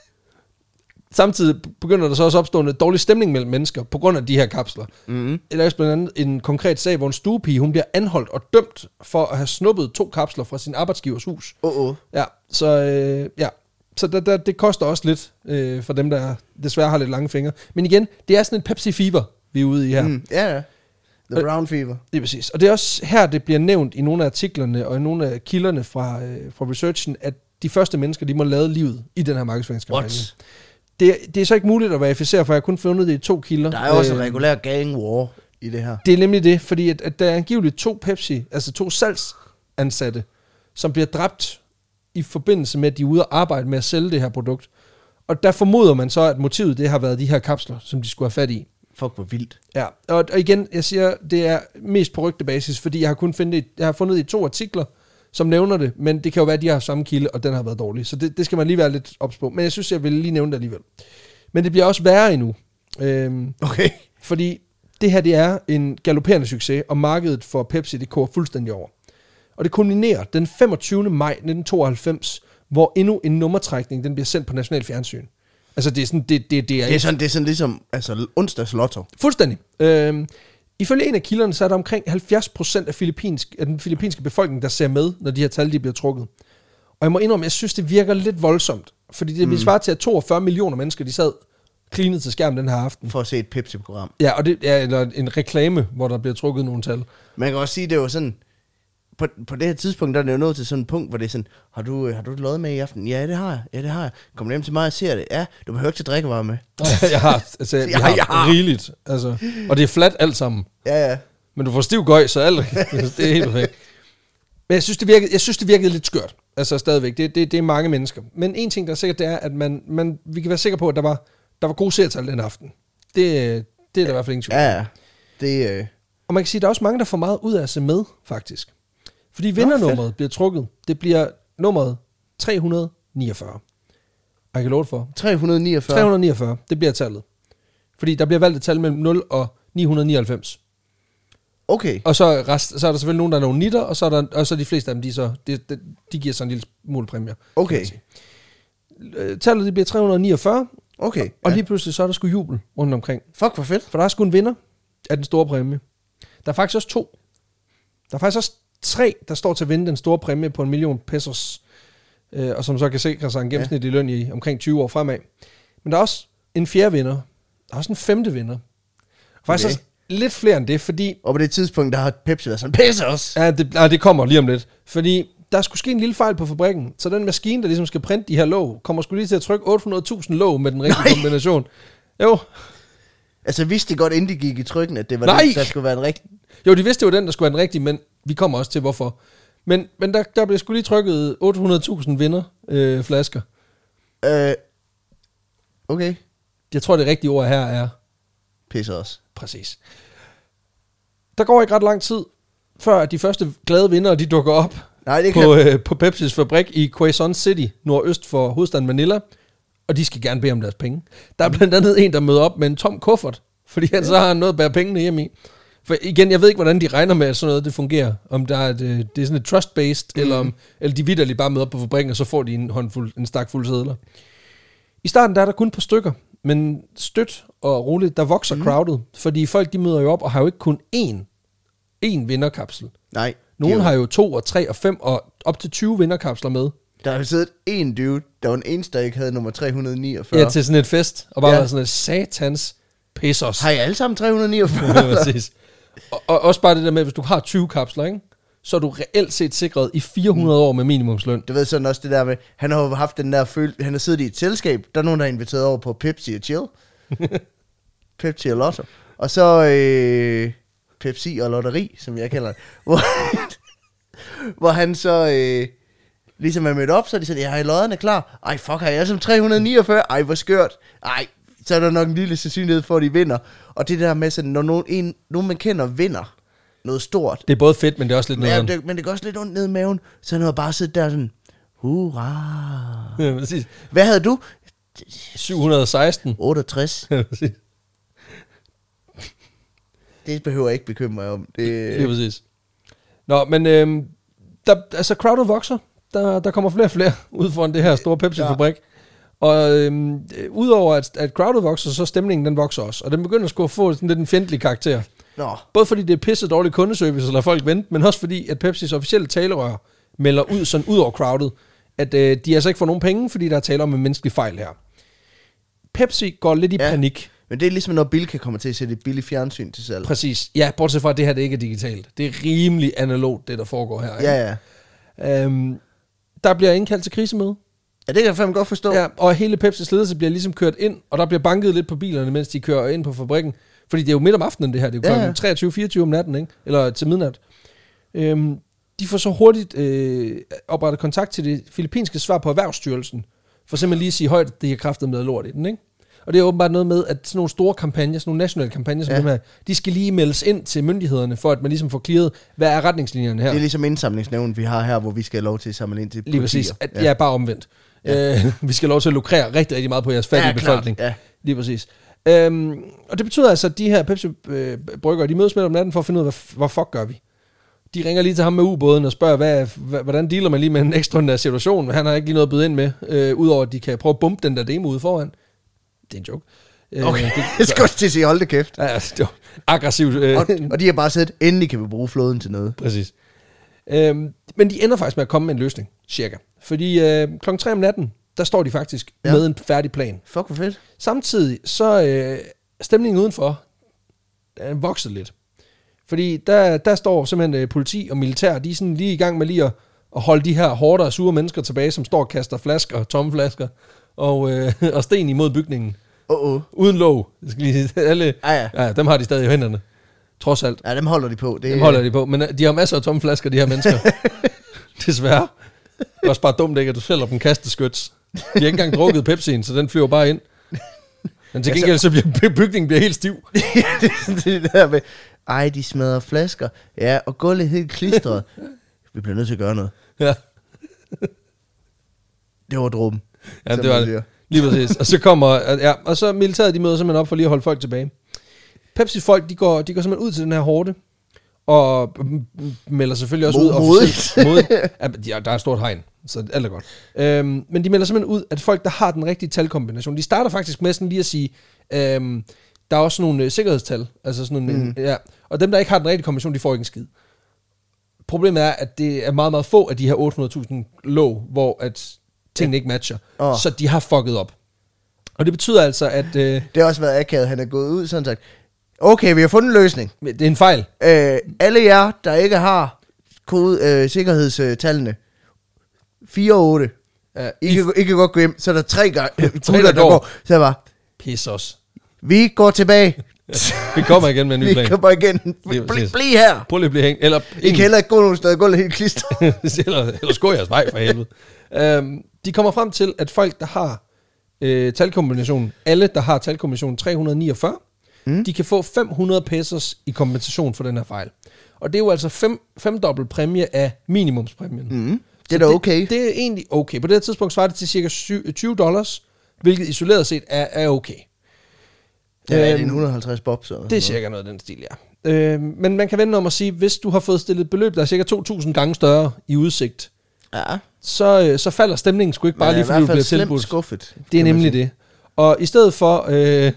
Samtidig begynder der så også opstå en dårlig stemning mellem mennesker på grund af de her kapsler. Mm-hmm. Eller også blandt andet en konkret sag, hvor en stuepige, hun bliver anholdt og dømt for at have snuppet to kapsler fra sin arbejdsgivers hus. Åh, oh, oh. Ja, så ja. Ja. Så der, der, det koster også lidt øh, for dem, der desværre har lidt lange fingre. Men igen, det er sådan en Pepsi fever, vi er ude i her. Mm, ja, yeah. The brown fever. Det er præcis. Og det er også her, det bliver nævnt i nogle af artiklerne og i nogle af kilderne fra, øh, fra researchen, at de første mennesker, de må lade livet i den her markedsføringskampagne. Det, det er så ikke muligt at verificere, for jeg har kun fundet det i to kilder. Der er jo også en regulær gang war i det her. Det er nemlig det, fordi at, at der er angiveligt to Pepsi, altså to salgsansatte, som bliver dræbt i forbindelse med, at de er ude og arbejde med at sælge det her produkt. Og der formoder man så, at motivet det har været de her kapsler, som de skulle have fat i. Fuck, hvor vildt. Ja, og, og igen, jeg siger, det er mest på rygtebasis, fordi jeg har kun fundet, jeg har fundet i to artikler, som nævner det, men det kan jo være, at de har samme kilde, og den har været dårlig. Så det, det skal man lige være lidt ops på. Men jeg synes, jeg vil lige nævne det alligevel. Men det bliver også værre endnu. Øhm, okay. Fordi det her, det er en galopperende succes, og markedet for Pepsi, det koger fuldstændig over. Og det kulminerer den femogtyvende maj nitten tooghalvfems, hvor endnu en nummertrækning, den bliver sendt på national fjernsyn. Altså det er sådan, det, det, det er... Det er sådan, det er sådan ligesom altså, onsdags lotto. Fuldstændig. Øhm, ifølge en af kilderne, så er der omkring halvfjerds procent af, filippinsk, af den filippinske befolkning, der ser med, når de her tal de bliver trukket. Og jeg må indrømme, jeg synes, det virker lidt voldsomt. Fordi det vil svare til, at toogfyrre millioner mennesker, de sad klinet til skærmen den her aften. For at se et Pepsi-program. Ja, og det er eller en reklame, hvor der bliver trukket nogle tal. Man kan også sige, det var sådan... På, på det her tidspunkt, der er det jo nået til sådan et punkt, hvor det er sådan, har du, har du løjet med i aften? Ja, det har jeg. Ja, det har jeg. Kom hjem til mig og ser det. Ja, du behøver ikke til drikkevarer med. jeg har, altså, jeg, jeg har, jeg har rigeligt. Altså, og det er flat alt sammen. Ja, ja. Men du får stiv gøj, så alt, det er helt perfekt. Men jeg synes, det virkede, jeg synes, det virkede lidt skørt. Altså stadigvæk. Det, det, det er mange mennesker. Men en ting, der er sikkert, det er, at man, man, vi kan være sikre på, at der var, der var gode seertal den aften. Det, det er der i hvert fald ingen tvivl. Ja, ja. Det, øh... Og man kan sige, at der er også mange, der får meget ud af at se med, faktisk. Fordi vindernummeret bliver trukket. Det bliver nummeret tre hundrede niogfyrre. Og jeg kan love det for. tre hundrede niogfyrre? tre hundrede niogfyrre, det bliver tallet. Fordi der bliver valgt et tal mellem nul og ni hundrede nioghalvfems. Okay. Og så, rest, så er der selvfølgelig nogen, der er nogle nitter, og så er, der, og så er de fleste af dem, de, så, de, de, de giver så en lille smule præmier. Okay. Tallet det bliver tre hundrede niogfyrre. Okay. Og, og lige pludselig så er der sgu jubel rundt omkring. Fuck, hvor fedt. For der er sgu en vinder af den store præmie. Der er faktisk også to. Der er faktisk også tre, der står til at vinde den store præmie på en million pesos, øh, og som så kan sikre sig en gennemsnitlig løn i omkring tyve år fremad. Men der er også en fjerde vinder. Der er også en femte vinder. Faktisk okay. Også lidt flere end det, fordi... Og på det tidspunkt, der har Pepsi været sådan, pesos! Ja, det, nej, det kommer lige om lidt. Fordi der skulle ske en lille fejl på fabrikken, så den maskine, der ligesom skal printe de her låg, kommer skulle lige til at trykke otte hundrede tusind låg med den rigtige nej. Kombination. Jo. Altså vidste de godt, inden de gik i trykken, at det var nej. den, der skulle være en rigtig... Jo, de vidste jo den, der skulle være den rigtige, men vi kommer også til, hvorfor. Men, men der, der blev sgu lige trykket otte hundrede tusind vinder øh, flasker. Øh, okay. Jeg tror, det rigtige ord her er... Pesos. Præcis. Der går ikke ret lang tid, før de første glade vindere, de dukker op Nej, det på, øh, på Pepsis fabrik i Quezon City, nordøst for hovedstaden Manila, og de skal gerne bede om deres penge. Der er blandt andet en, der møder op med en tom kuffert, fordi han så har noget at bære pengene hjem i. For igen, jeg ved ikke, hvordan de regner med, at sådan noget det fungerer. Om der er et, det er sådan et trust-based, mm. eller, om, eller de vitterligt bare møder op på fabrikken, og så får de en, håndfuld, en stak fuld sedler. I starten der er der kun et par stykker, men støt og roligt, der vokser mm. crowdet, fordi folk de møder jo op og har jo ikke kun én, én vinderkapsel. Nej. Nogle jo... har jo to og tre og fem og op til tyve vinderkapsler med. Der har jo siddet en dude, der var en eneste, der ikke havde nummer tre hundrede niogfyrre. Ja, til sådan et fest, og bare ja. Sådan et satans pesos. Har I alle sammen tre hundrede niogfyrre? Ja, præcis. Og, og også bare det der med, hvis du har tyve kapsler, ikke? Så er du reelt set sikret i fire hundrede mm. år med minimumsløn. Du ved sådan også det der med, han har jo haft den der følelse, han har siddet i et selskab, der er nogen, der er inviteret over på Pepsi og Chill. Pepsi og Lotto. Og så øh, Pepsi og Lotteri, som jeg kalder det. Hvor, hvor han så øh, ligesom er mødt op, så er de sådan, ja, er lodderne klar? Ej, fuck, har jeg som tre hundrede niogfyrre? Ej, hvor skørt. Ej, så er der nok en lille sandsynlighed for, at de vinder. Og det der med sådan, når nogen, en, nogen man kender vinder, noget stort. Det er både fedt, men det er også lidt Men, ja, nederen. det, men det går også lidt ondt ned i maven. Så når jeg bare sidder der sådan, hurra. Ja, præcis. Hvad havde du? syv hundrede og seksten. otteogtres. Ja, præcis. Det behøver jeg ikke bekymre mig om. Det... Det er præcis. Nå, men øhm, der, altså crowdet vokser. Der, der kommer flere og flere ud foran det her store Pepsi-fabrik. Ja. Og øhm, udover at, at crowdet vokser, så stemningen den vokser også. Og den begynder sgu at få sådan lidt en fjendtlig karakter. Nå. Både fordi det er pisse dårlig kundeservice, eller folk vente, men også fordi, at Pepsis officielle talerør melder ud sådan ud over crowdet, at øh, de altså ikke får nogen penge, fordi der er tale om en menneskelig fejl her. Pepsi går lidt i Ja. panik. Men det er ligesom, når Bilka kommer til at sætte et billigt fjernsyn til salg. Præcis. Ja, bortset fra, at det her det ikke er digitalt. Det er rimelig analogt, det der foregår her. Ikke? Ja, ja. Øhm, der bliver indkaldt til krisemøde. Ja, det kan jeg fandme godt forstå. Ja, og hele Pepsis ledelse bliver ligesom kørt ind, og der bliver banket lidt på bilerne, mens de kører ind på fabrikken. Fordi det er jo midt om aftenen, det her. Det er jo klokken Ja, ja. treogtyve fireogtyve om natten, ikke? Eller til midnat. Øhm, de får så hurtigt øh, oprettet kontakt til det filippinske svar på Erhvervsstyrelsen, for simpelthen lige at sige højt, at de har kraftet med lort i den, ikke? Og det er åbenbart noget med, at sådan nogle store kampagner, sådan nogle nationale kampagner, som Ja. dem her, de skal lige meldes ind til myndighederne, for at man ligesom får clearet, hvad er retningslinjerne her. Det er ligesom indsamlingsnævnet, vi har her, hvor vi skal have lov til at samle ind til Lige politier. præcis. At, ja. ja, bare omvendt. Ja. Øh, vi skal have lov til at lukrere rigtig, rigtig meget på jeres fattige Ja, klart. befolkning. Ja. Lige præcis. Øhm, og det betyder altså, at de her Pepsi-bryggere, de mødes midt om natten for at finde ud af, hvad, hvad fuck gør vi? De ringer lige til ham med ubåden og spørger, hvad, hvad, hvordan dealer man lige med en ekstraordinær situation? Han har ikke lige noget at byde ind med, øh, udover at de kan prøve at bumpe den der demo ude foran. Det er en joke. Okay, Øh, det, jeg skal også til at sige, hold det kæft. Ja, altså, det var aggressivt. Øh, Og, og de har bare sagt, endelig kan vi bruge flåden til noget. Præcis. Øhm, men de ender faktisk med at komme med en løsning, cirka. Fordi øh, klokken tre om natten, der står de faktisk Ja. ja. med en færdig plan. Fuck, hvor fedt. Samtidig så øh, stemningen udenfor øh, vokset lidt. Fordi der, der står simpelthen øh, politi og militær, de er sådan lige i gang med lige at, at holde de her hårde og sure mennesker tilbage, som står og kaster flasker, tomme flasker og, øh, og sten imod bygningen. Åh, oh, Uden låg. Jeg skal lige, alle, Ja, ja. ja, dem har de stadig i hænderne. Trods alt. Ja, dem holder de på. Det, Dem holder de på. Men de har masser af tomme flasker, de her mennesker. Desværre. Det er også bare dumt, ikke, at du sælger dem kasteskyts. De har ikke engang drukket Pepsi'en, så den flyver bare ind. Men til gengæld så bliver bygningen bliver helt stiv. det, er det der med, ej, de smadrer flasker. Ja, og gulvet helt klistret. Vi bliver nødt til at gøre noget. Ja, Det var dråben. ja som det var man det. siger. Lige præcis. Og så kommer, ja, og så militæret, de møder simpelthen op for lige at holde folk tilbage. Pepsi-folk, de går, de går simpelthen ud til den her horde, og melder selvfølgelig også ud Modigt. officielt. Modigt. Ja, der er et stort hegn, så alt er godt. Øhm, men de melder simpelthen ud, at folk, der har den rigtige talkombination, de starter faktisk med sådan lige at sige, øhm, der er også nogle øh, sikkerhedstal, altså sådan nogle, Mm. ja, og dem, der ikke har den rigtige kombination, de får ikke en skid. Problemet er, at det er meget, meget få af de her otte hundrede tusind låg, hvor at tingene ikke matcher, Åh. så de har fucket op. Og det betyder altså, at øh, Det har også været akavet, han er gået ud sådan sagt. Okay, vi har fundet en løsning. det er en fejl. Øh, alle jer, der ikke har kode, øh, sikkerhedstallene, fire og otte, Ja, I, kan, I kan godt gå hjem, så er der tre gange, Tre, der, der der går. går. Så er bare, Pis os. vi går tilbage. Vi kommer igen med en ny Vi plan. kommer igen. Lige Bl- præcis. Bliv her. Prøv lige at blive hængt. Eller, I kan heller ikke gå nogen steder, gå helt klistret. eller, ellers gå jeres vej for helvede. Um, de kommer frem til, at folk, der har øh, talkombinationen, alle, der har talkombinationen tre hundrede niogfyrre, mm. de kan få fem hundrede pesos i kompensation for den her fejl. Og det er jo altså fem, femdobbelt præmie af minimumspræmien. Mm. Det er Så da okay. Det, det er egentlig okay. På det her tidspunkt svarer det til cirka tyve dollars, hvilket isoleret set er, er okay. Ja, det er Øhm, en et hundrede og halvtreds bob, så. Det er cirka noget af den stil, ja. Øh, men man kan vende om at sige, hvis du har fået stillet et beløb, der er cirka to tusind gange større i udsigt, Ja. så, øh, så falder stemningen sgu ikke bare Man er lige, i fordi hvert du fald bliver slemt tilbudt. skuffet. Det er nemlig det. Og i stedet for øh,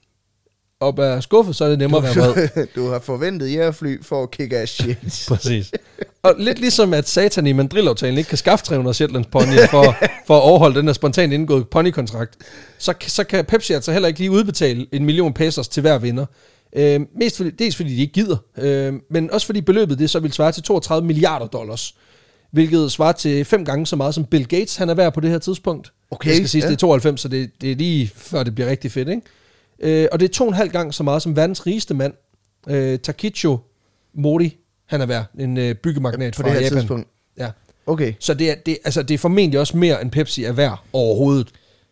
at være skuffet, så er det nemmere at være vred. Du har forventet jægerfly for at kick ass shit. Præcis. Og lidt ligesom at Satan i Mandrill-aftalen ikke kan skaffe tre hundrede Shetlands ponyer for, for at overholde den her spontant indgået ponykontrakt, så, så kan Pepsi altså heller ikke lige udbetale en million pesos til hver vinder. Øh, mest fordi, dels fordi de ikke gider, øh, men også fordi beløbet det så vil svare til toogtredive milliarder dollars, hvilket svarer til fem gange så meget som Bill Gates han er værd på det her tidspunkt. Okay, Det skal siges, ja. det er tooghalvfems, så det, det er lige før det bliver rigtig fedt, ikke? Øh, og det er to og en halv gang så meget som verdens rigeste mand, øh, Takicho Mori, han er værd, en øh, byggemagnat På fra det her Japan. tidspunkt. Ja. Okay. Så det er, det, altså, det er formentlig også mere, end Pepsi er værd overhovedet.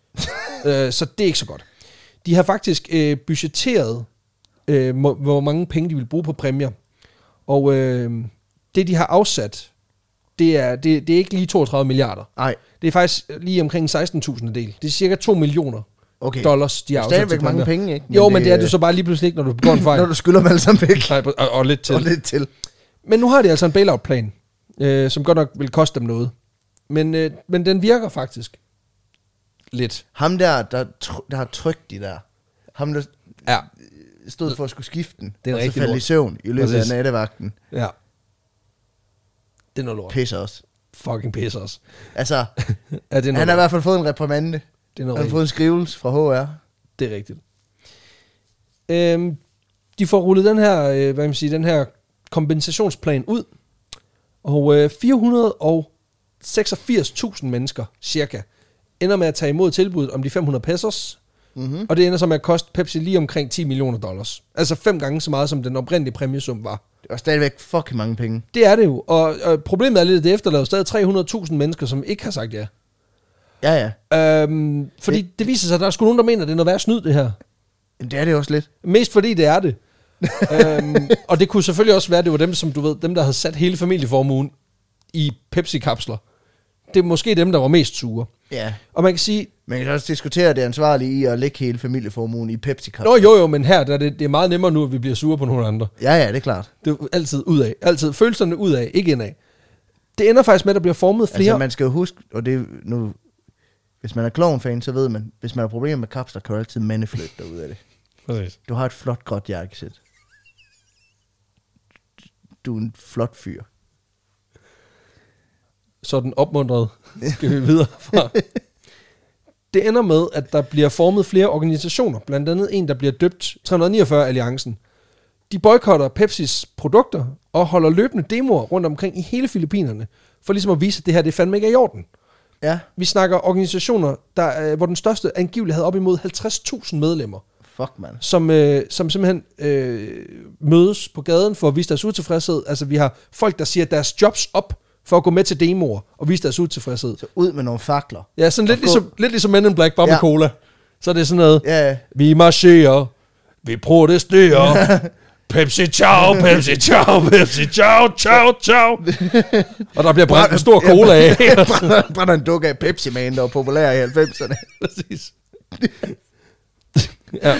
øh, så det er ikke så godt. De har faktisk øh, budgetteret, øh, må, hvor mange penge de vil bruge på præmier. Og øh, det, de har afsat, det er, det, det er ikke lige toogtredive milliarder. Nej. Det er faktisk lige omkring seksten tusind del. Det er cirka to millioner okay. dollars, de har afsat. Stadigvæk mange penge, ikke? Men jo, det, men det er det så bare lige pludselig ikke, når du begår en fejl. Når du skylder dem alle sammen væk. Nej, og, og lidt til. Og lidt til. Men nu har de altså en bailout-plan, øh, som godt nok vil koste dem noget. Men, øh, men den virker faktisk lidt. Ham der, der, tr- der har trykt de der. Ham der ja. stod for at skulle skifte den. Det er og så faldt i søvn i løbet Præcis. af nattevagten. Ja. Det er noget lort. Pisser os. Fucking pisser os. Altså, ja, det er han har i hvert fald fået en reprimande. Det er noget han har fået en skrivelse fra H R. Det er rigtigt. Øhm, de får rullet den her, øh, hvad kan man sige, den her kompensationsplan ud. Og øh, fire hundrede og seksogfirs tusind mennesker, cirka, ender med at tage imod tilbuddet om de fem hundrede pesos. Mm-hmm. Og det ender så med at koste Pepsi lige omkring ti millioner dollars. Altså fem gange så meget, som den oprindelige præmiesum var. Det er stadigvæk fucking mange penge. Det er det jo. Og, og problemet er lidt, at det efterlader stadig tre hundrede tusind mennesker, som ikke har sagt ja. Ja, ja. Øhm, fordi det, det viser sig, at der er sgu nogen, der mener, at det er noget værd at snyde det her. Jamen, det er det også lidt. Mest fordi det er det. øhm, og det kunne selvfølgelig også være, at det var dem, som du ved, dem, der havde sat hele familieformuen i Pepsi-kapsler. Det er måske dem, der var mest sure. Ja. Og man kan sige... Man kan også diskutere det ansvarlige i at lægge hele familieformuen i Pepsi-kapsler. Nå jo jo, men her der er det, det er meget nemmere nu, at vi bliver sure på nogle andre. Ja, ja, det er klart. Det er altid ud af. Altid følelserne ud af, ikke indad. Det ender faktisk med, at der bliver formet flere... Altså man skal jo huske, og det nu... Hvis man er klovn-fan, så ved man, hvis man har problemer med kapsler, kan du altid mandeflytte dig ud af det. Præcis. Du har et flot, godt jakkesæt. Du er en flot fyr. Sådan opmuntret skal vi videre fra. Det ender med, at der bliver formet flere organisationer, blandt andet en, der bliver døbt tre hundrede niogfyrre Alliancen. De boykotter Pepsis produkter og holder løbende demoer rundt omkring i hele Filippinerne, for ligesom at vise, at det her det fandme ikke er i orden. Ja. Vi snakker organisationer, der, hvor den største angiveligt havde op imod halvtreds tusind medlemmer. Fuck, man. Som, øh, som simpelthen øh, mødes på gaden for at vise deres utilfredshed. Altså vi har folk, der siger deres jobs op for at gå med til demoer og vise deres utilfredshed. Så ud med nogle fakler. Ja, sådan lidt ligesom, lidt ligesom Men in Black, bare ja. Med cola. Så er det sådan noget, ja. Vi marcherer, vi protesterer, Pepsi ciao, Pepsi ciao, Pepsi ciao, ciao, ciao. Og der bliver brændt en stor cola af. brænder, brænder en dukke af Pepsi Man, der var populær i halvfemserne. Præcis. Ja.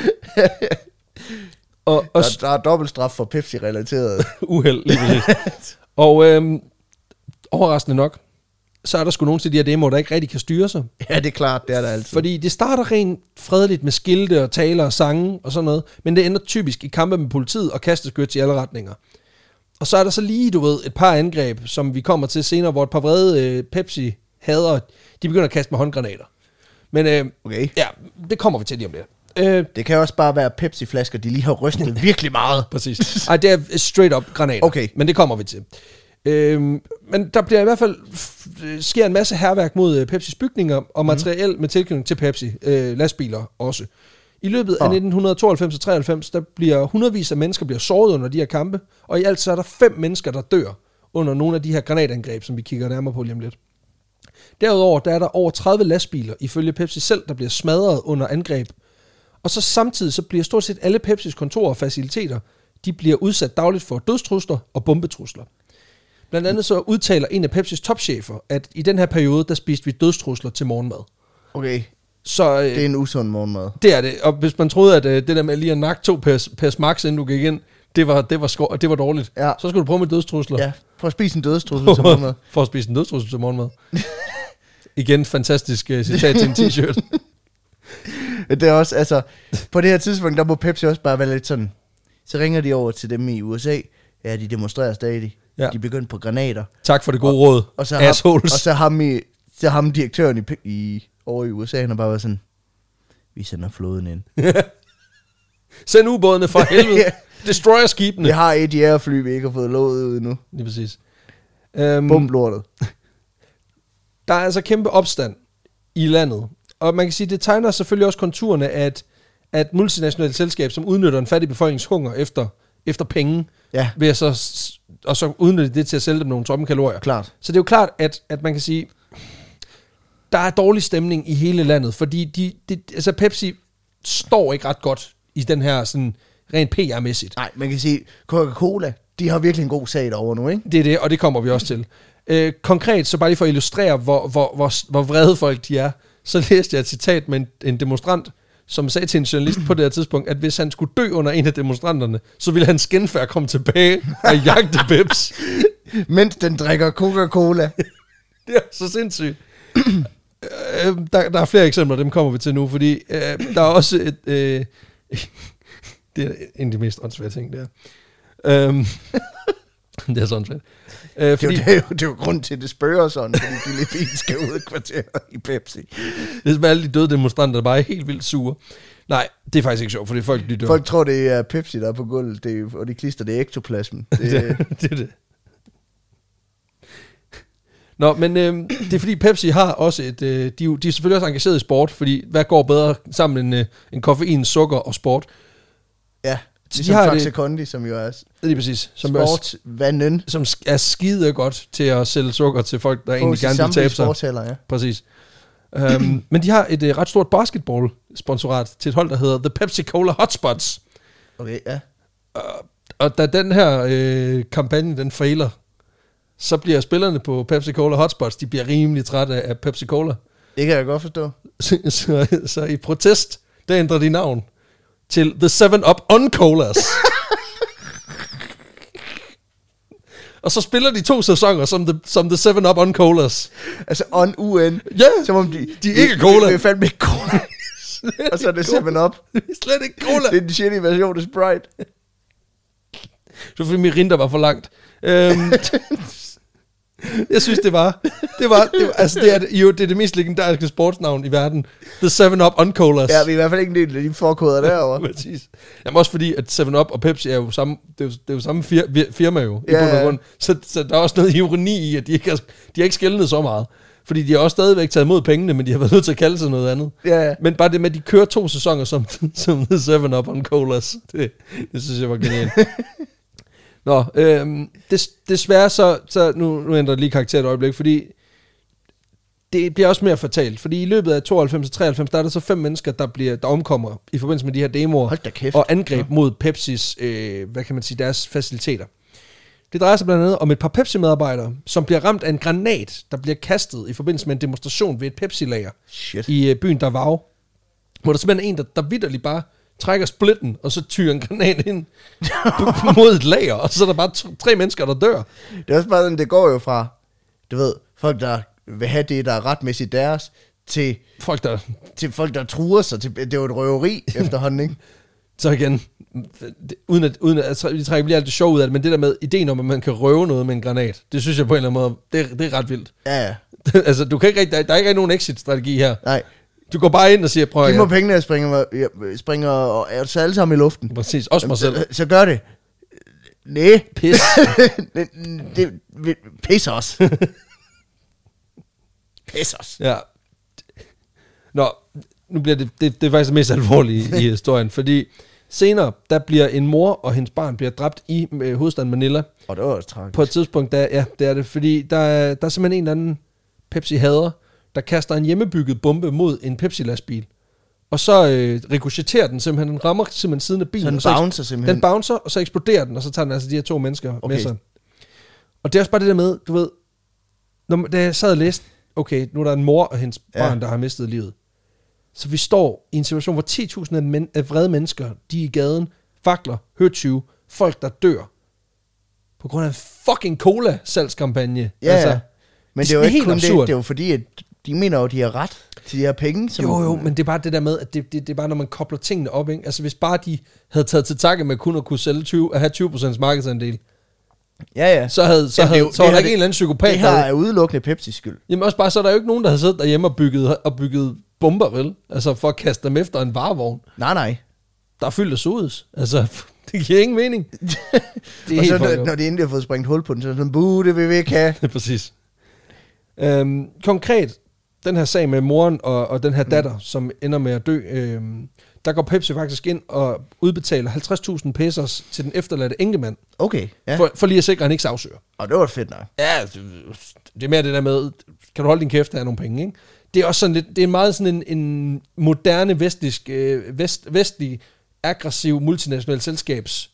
Og, og der, der er dobbeltstraf for Pepsi-relateret uheld, lige præcis. Og øhm, overraskende nok, så er der sgu nogle til de her demoer, der ikke rigtig kan styre sig. Ja, det er klart, det er der altid. Fordi det starter rent fredeligt med skilte og taler og sange og sådan noget, men det ender typisk i kampe med politiet og kasteskyts i alle retninger. Og så er der så lige, du ved, et par angreb, som vi kommer til senere, hvor et par vrede øh, Pepsi-hadere, de begynder at kaste med håndgranater. Men øh, okay. Ja, det kommer vi til lige om lidt. Øh, det kan også bare være Pepsi-flasker, de lige har rystet virkelig meget. Præcis. Ej, det er straight up granater. Okay. Men det kommer vi til. Øhm, men der bliver i hvert fald f- sker en masse hærværk mod øh, Pepsis bygninger og materiel mm. med tilknytning til Pepsi, øh, lastbiler også. I løbet af oh. nitten tooghalvfems og treoghalvfems, der bliver hundredvis af mennesker bliver såret under de her kampe, og i alt så er der fem mennesker, der dør under nogle af de her granatangreb, som vi kigger nærmere på lige om lidt. Derudover der er der over tredive lastbiler, ifølge Pepsi selv, der bliver smadret under angreb. Og så samtidig så bliver stort set alle Pepsis kontorer og faciliteter, de bliver udsat dagligt for dødstrusler og bombetrusler. Blandt andet så udtaler en af Pepsis topchefer, at i den her periode, der spiste vi dødstrusler til morgenmad. Okay, så, øh, det er en usund morgenmad. Det er det, og hvis man troede, at øh, det der med lige at nakke to pers, pers max, inden du gik ind, det var, det var, sko- det var dårligt. Ja. Så skulle du prøve med dødstrusler. Ja, prøv at spise en dødstrussel til morgenmad. For at spise en dødstrussel til morgenmad. Igen, fantastisk uh, citat til en t-shirt. Det er også, altså, på det her tidspunkt, der må Pepsi også bare være lidt sådan, så ringer de over til dem i U S A, ja, de demonstrerer stadig, ja. De begyndte på granater. Tak for det gode og, råd, og så assholes. Ham, og så ham, i, så ham direktøren i, i, over i U S A, han har bare været sådan, vi sender flåden ind. Send ubådene for helvede. Destroyer-skibene. Vi har et jægerfly, vi ikke har fået lovet ud endnu. Lige præcis. Um, Bum lortet. Der er altså kæmpe opstand i landet. Og man kan sige, det tegner selvfølgelig også konturerne af et, af et multinationalt selskab, som udnytter en fattig befolkningshunger efter, efter penge, ja. Ved at så, og så udnytte det til at sælge dem nogle tomme kalorier. Klart. Så det er jo klart, at, at man kan sige, der er dårlig stemning i hele landet, fordi de, de, altså Pepsi står ikke ret godt i den her sådan rent P R-mæssigt. Nej, man kan sige, Coca-Cola, De har virkelig en god sag derovre nu, ikke? Det er det, og det kommer vi også til. Øh, konkret, så bare lige for at illustrere, hvor, hvor, hvor, hvor vrede folk de er, så læste jeg et citat med en, en demonstrant, som sagde til en journalist på det her tidspunkt, at hvis han skulle dø under en af demonstranterne, så ville hans genfærd komme tilbage og jagte Peps. Mens den drikker Coca-Cola. Det er så sindssygt. øh, der, der er flere eksempler, dem kommer vi til nu, fordi øh, der er også et... Øh, det er en af de mest åndssvære ting, det er. Um, det er sådan svært. Uh, fordi, det, er jo, det, er jo, det er jo grund til, at det spørger sådan, fordi de filippinske udkvarterer i Pepsi. Det er som alle de døde demonstranter, der bare er helt vildt sure. Nej, det er faktisk ikke sjovt, fordi folk de dør. Folk tror, det er Pepsi, der er på gulvet, det er, og de klister, det er ektoplasmen. Det, det, det er det. Nå, men øh, det er fordi Pepsi har også et... Øh, de, de er selvfølgelig også engageret i sport, fordi hvad går bedre sammen end, øh, end koffein, sukker og sport? Ja, de som har Faxe det, Kondi, som jo er lige præcis, som sport, vandøn. Som er skide godt til at sælge sukker til folk, der egentlig gerne vil tabe sig. Ja. Præcis. um, men de har et uh, ret stort basketball-sponsorat til et hold, der hedder The Pepsi Cola Hotspots. Okay, ja. Uh, og da den her uh, kampagne, den fejler, så bliver spillerne på Pepsi Cola Hotspots, de bliver rimelig trætte af Pepsi Cola. Det kan jeg godt forstå. så, så, så i protest, der ændrer de navn til The seven up on Colas. Og så spiller de to sæsoner som The, som the seven up on Colas. Altså on U N. Ja, som om de, de er ikke cola. Det er fandme ikke cola. Og så er det seven up. Det er slet ikke cola. Det er den shitty version af Sprite. Så fordi Mirinda var for langt. Um, jeg synes, det var... Det var, det var altså, det er, jo, det er det mest legendariske sportsnavn i verden. The seven up on Colas. Ja, vi er i hvert fald ikke en del af de forkoder derovre. Præcis. Jamen også fordi, at seven up og Pepsi er jo samme, det er jo, det er jo samme fir, firma jo. Ja, i bund og ja. grund. Så, så der er også noget ironi i, at de ikke har, de har ikke skældet så meget. Fordi de har også stadigvæk taget imod pengene, men de har været nødt til at kalde sig noget andet. Ja, ja. Men bare det med, at de kører to sæsoner som, som The seven up on Colas, det, det synes jeg var genialt. Nå, øhm, des, desværre så, så nu, nu ændrer det lige karakter et øjeblik, fordi det bliver også mere fatalt, fordi i løbet af tooghalvfems og treoghalvfems, der er der så fem mennesker, der, bliver, der omkommer i forbindelse med de her demoer og angreb ja. mod Pepsis, øh, hvad kan man sige, deres faciliteter. Det drejer sig blandt andet om et par Pepsi-medarbejdere, som bliver ramt af en granat, der bliver kastet i forbindelse med en demonstration ved et Pepsi-lager Shit. i øh, byen Davao, hvor der simpelthen er en, der, der vitterligt bare trækker splitten, og så tyrer en granat ind mod et lager, og så er der bare t- tre mennesker, der dør. Det er også bare sådan, det går jo fra, du ved, folk, der vil have det, der er retmæssigt deres, til folk, der, til folk, der truer sig. Til, det er jo et røveri efterhånden, ikke? Så igen, det, uden at, uden at altså, vi trækker lige alt det sjov ud af det, men det der med ideen om, at man kan røve noget med en granat, det synes jeg på en eller anden måde, det, det er ret vildt. Ja, ja. altså, du kan ikke, der, der er ikke rigtig nogen exit-strategi her. Nej. Du går bare ind og siger, prøv at... Giv mig pengene, jeg springer, jeg springer og er så alle sammen i luften. Præcis, også mig selv. Så, så gør det. Næh. Pis. det, det, det, pis os. Pis os. Ja. Nå, nu bliver det, det, det er faktisk det mest alvorlige i historien, fordi senere, der bliver en mor og hendes barn bliver dræbt i øh, hovedstaden Manila. Og det var også tragisk. På et tidspunkt, der, ja, det er det, fordi der er, der er simpelthen en eller anden Pepsi-hader, der kaster en hjemmebygget bombe mod en Pepsi-lastbil. Og så øh, rikocheterer den simpelthen, den rammer simpelthen siden af bilen. Så den bouncer simpelthen? Den bouncer, og så eksploderer den, og så tager den altså de her to mennesker okay. med sig. Og det er også bare det der med, du ved, når, da jeg sad og læste, okay, nu er der en mor og hendes ja. barn, der har mistet livet. Så vi står i en situation, hvor ti tusind af, men, af vrede mennesker, de er i gaden, fakler, høtyve, folk der dør, på grund af en fucking cola-salgskampagne. Ja, altså, men det er jo ikke kun absurd. det, det er jo fordi, at de mener jo, de har ret til de her penge. Som jo, jo, men det er bare det der med, at det, det, det er bare, når man kobler tingene op, ikke? Altså, hvis bare de havde taget til takke med kun at kunne sælge tyve, at have tyve procent markedsandel, ja, ja. så havde, så ja, havde, jo, så var der ikke en eller anden psykopat. Det her er udelukkende Pepsis skyld. Jamen også bare, så er der jo ikke nogen, der har siddet derhjemme og bygget, og bygget bomber, vel? Altså, for at kaste dem efter en varevogn. Nej, nej. Der er fyldt af sodes. Altså, det giver ingen mening. Det er og så, når, når de endelig har fået sprængt hul på den, så er det sådan, buh, det vil vi ikke have. Præcis. Øhm, konkret, den her sag med moren og, og den her datter, mm. som ender med at dø, øhm, der går Pepsi faktisk ind og udbetaler halvtreds tusind pesos til den efterladte enkemand. Okay, ja. For, for lige at sikre, at han ikke sagsøger. Og det var fedt nok. Ja, det er mere det der med, kan du holde din kæft, der er nogle penge, ikke? Det er også sådan lidt, det er meget sådan en, en moderne vestlig, øh, vest, vestlig, aggressiv, multinational selskabs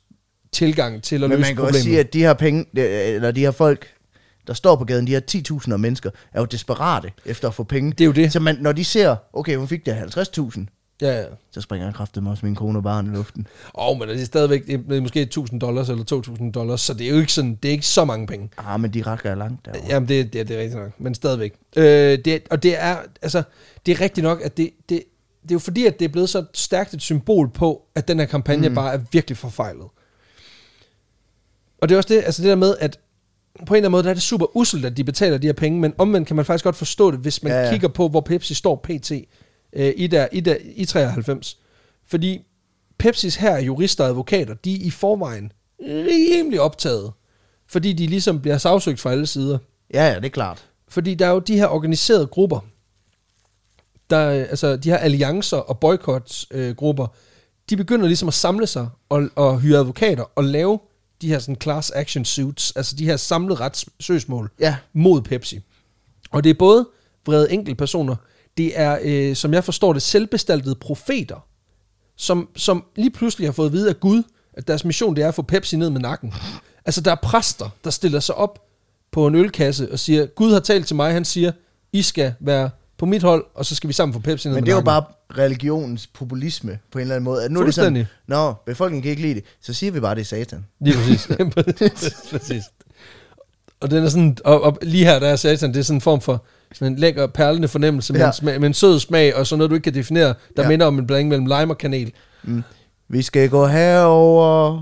tilgang til at Men løse man kan problemet. også sige, at de her penge, eller de her folk, der står på gaden, de her ti tusind af mennesker, er jo desperate efter at få penge. Det er jo det. Så man, når de ser, okay, hun fik det halvtreds tusind, Ja, ja. så springer jeg kraftedeme også min kone og barn i luften. Åh, oh, men det er stadigvæk det er måske tusind dollars eller to tusind dollars, så det er jo ikke sådan, det er ikke så mange penge. Ah, men de rækker langt derovre. Jamen, det, det, det er rigtigt nok, men stadigvæk. Øh, det, og det er, altså, det er rigtigt nok, at det, det, det er jo fordi, at det er blevet så stærkt et symbol på, at den her kampagne mm. bare er virkelig forfejlet. Og det er også det, altså det der med, at på en eller anden måde, der er det super usselt, at de betaler de her penge, men omvendt kan man faktisk godt forstå det, hvis man ja, ja. kigger på, hvor Pepsi står pt. Øh, i, der, i, der, i treoghalvfems. Fordi Pepsis her jurister og advokater, de er i forvejen rimelig optaget, fordi de ligesom bliver sagsøgt fra alle sider. Ja, ja, det er klart. Fordi der er jo de her organiserede grupper, der, altså de her alliancer og boykottgrupper, øh, de begynder ligesom at samle sig og, og hyre advokater og lave de her sådan class action suits, altså de her samlede retssøgsmål ja. mod Pepsi. Og det er både vrede enkeltpersoner, det er, øh, som jeg forstår det, selvbestaltede profeter, som, som lige pludselig har fået at vide af Gud, at deres mission det er at få Pepsi ned med nakken. Altså der er præster, der stiller sig op på en ølkasse og siger, Gud har talt til mig, han siger, I skal være på mit hold, og så skal vi sammen få Pepsi ned Men med det er nakken. jo bare religionens populisme på en eller anden måde. At nu er det sådan, nå, befolkningen kan ikke lide det, så siger vi bare, det er satan. Lige præcis. præcis. Og den er sådan, og, og lige her, der er satan, det er sådan en form for sådan en lækker perlende fornemmelse med, ja. en, smag, med en sød smag, og så noget, du ikke kan definere, der ja. minder om en blanding mellem lime og kanel. Mm. Vi skal gå herover.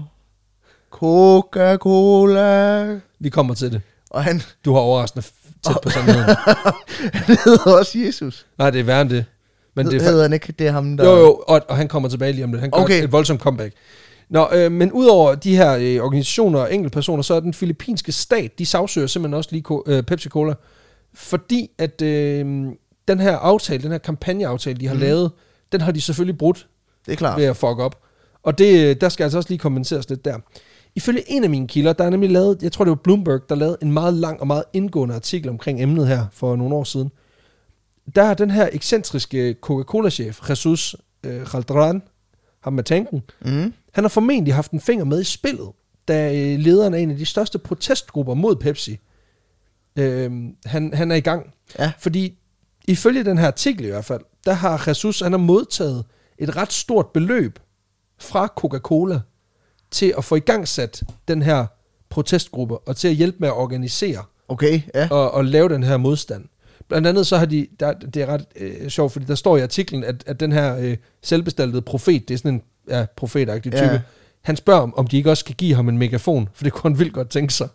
Coca-Cola. Vi kommer til det. Og han... Du har overraskende tæt på sandheden. Han hedder også Jesus. Nej, det er værre end det. Men det er hedder han ikke, det er ham, der... Jo, jo, og, og han kommer tilbage lige om det. Han gør okay. et voldsomt comeback. Nå, øh, men udover de her øh, organisationer og enkeltpersoner, så er den filippinske stat, de sagsøger simpelthen også lige øh, Pepsi Cola, fordi at øh, den her aftale, den her kampagneaftale, de har mm. lavet, den har de selvfølgelig brudt. Det er klart. Ved at fuck op. Og det, der skal altså også lige kommenteres lidt der. Ifølge en af mine kilder, der er nemlig lavet, jeg tror det var Bloomberg, der lavede en meget lang og meget indgående artikel omkring emnet her for nogle år siden. Der er den her ekscentriske Coca-Cola-chef, Jesus øh, Calderon, ham med tanken, mm. han har formentlig haft en finger med i spillet, da øh, lederen af en af de største protestgrupper mod Pepsi, øh, han, han er i gang. Ja. Fordi ifølge den her artikel i hvert fald, der har Jesus, han har modtaget et ret stort beløb fra Coca-Cola til at få igangsat den her protestgruppe, og til at hjælpe med at organisere okay, ja. og, og lave den her modstand. Blandt andet så har de, der, det er ret øh, sjovt, fordi der står i artiklen, at, at den her øh, selvbestaltede profet, det er sådan en ja, profetagtig type, ja. Han spørger, om, om de ikke også kan give ham en megafon, for det kunne han vildt godt tænke sig.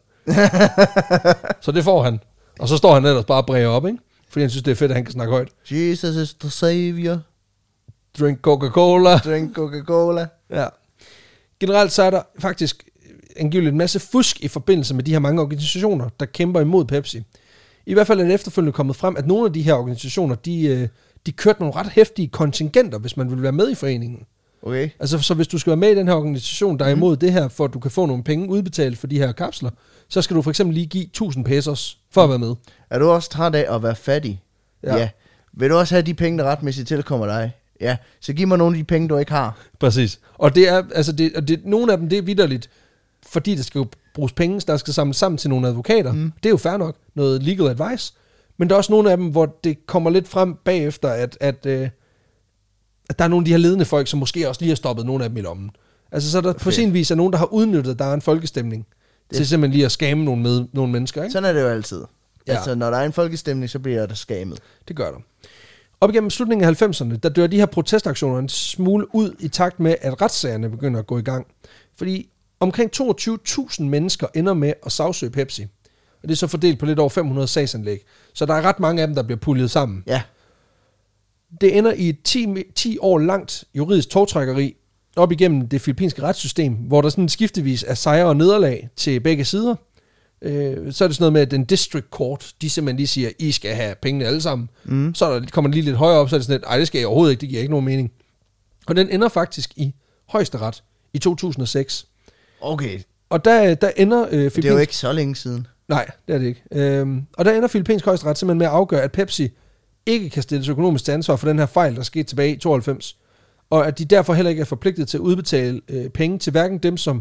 Så det får han. Og så står han ellers bare og bræger op, ikke? Fordi han synes, det er fedt, at han kan snakke højt. Jesus is the savior. Drink Coca-Cola. Drink Coca-Cola. Ja. Generelt så er der faktisk angiveligt en masse fusk i forbindelse med de her mange organisationer, der kæmper imod Pepsi. I hvert fald er det efterfølgende kommet frem, at nogle af de her organisationer, de, de kørte nogle ret heftige kontingenter, hvis man vil være med i foreningen. Okay. Altså, så hvis du skal være med i den her organisation, der er imod mm. det her, for at du kan få nogle penge udbetalt for de her kapsler, så skal du for eksempel lige give tusind pesos for at være med. Er du også træt af at være fattig? Ja. ja. Vil du også have de penge, der retmæssigt tilkommer dig? Ja. Så giv mig nogle af de penge, du ikke har. Præcis. Og det er, altså, det, og det, nogle af dem, det er vitterligt, fordi der skal jo bruges penge, der skal samles sammen til nogle advokater. Mm. Det er jo fair nok, noget legal advice. Men der er også nogle af dem, hvor det kommer lidt frem bagefter, at, at, øh, at der er nogle af de her ledende folk, som måske også lige har stoppet nogle af dem i lommen. Altså så der på sin vis er nogen, der har udnyttet, at der er en folkestemning, det. Til simpelthen lige at skamme nogle, med, nogle mennesker. Ikke? Sådan er det jo altid. Ja. Altså når der er en folkestemning, så bliver der skamet. Det gør der. Op igennem slutningen af halvfemserne, der dør de her protestaktioner en smule ud i takt med, at retssagerne begynder at gå i gang. Fordi omkring toogtyve tusind mennesker ender med at sagsøge Pepsi. Og det er så fordelt på lidt over fem hundrede sagsanlæg. Så der er ret mange af dem, der bliver puljet sammen. Ja. Det ender i et ti år langt juridisk togtrækkeri op igennem det filippinske retssystem, hvor der sådan skiftevis er sejre og nederlag til begge sider. Øh, så er det sådan noget med, at den district court, de simpelthen lige siger, I skal have pengene alle sammen. Mm. Så der, kommer den lige lidt højere op, så er det sådan lidt, ej, det skal jeg overhovedet ikke, det giver ikke nogen mening. Og den ender faktisk i højesteret i to tusind og seks. Okay. Og der, der ender... Øh, det er jo ikke så længe siden. Nej, det er det ikke. Øhm, og der ender filippinsk højesteret simpelthen med at afgøre, at Pepsi ikke kan stilles økonomisk til ansvar for den her fejl, der skete tilbage i tooghalvfems. Og at de derfor heller ikke er forpligtet til at udbetale øh, penge til hverken dem, som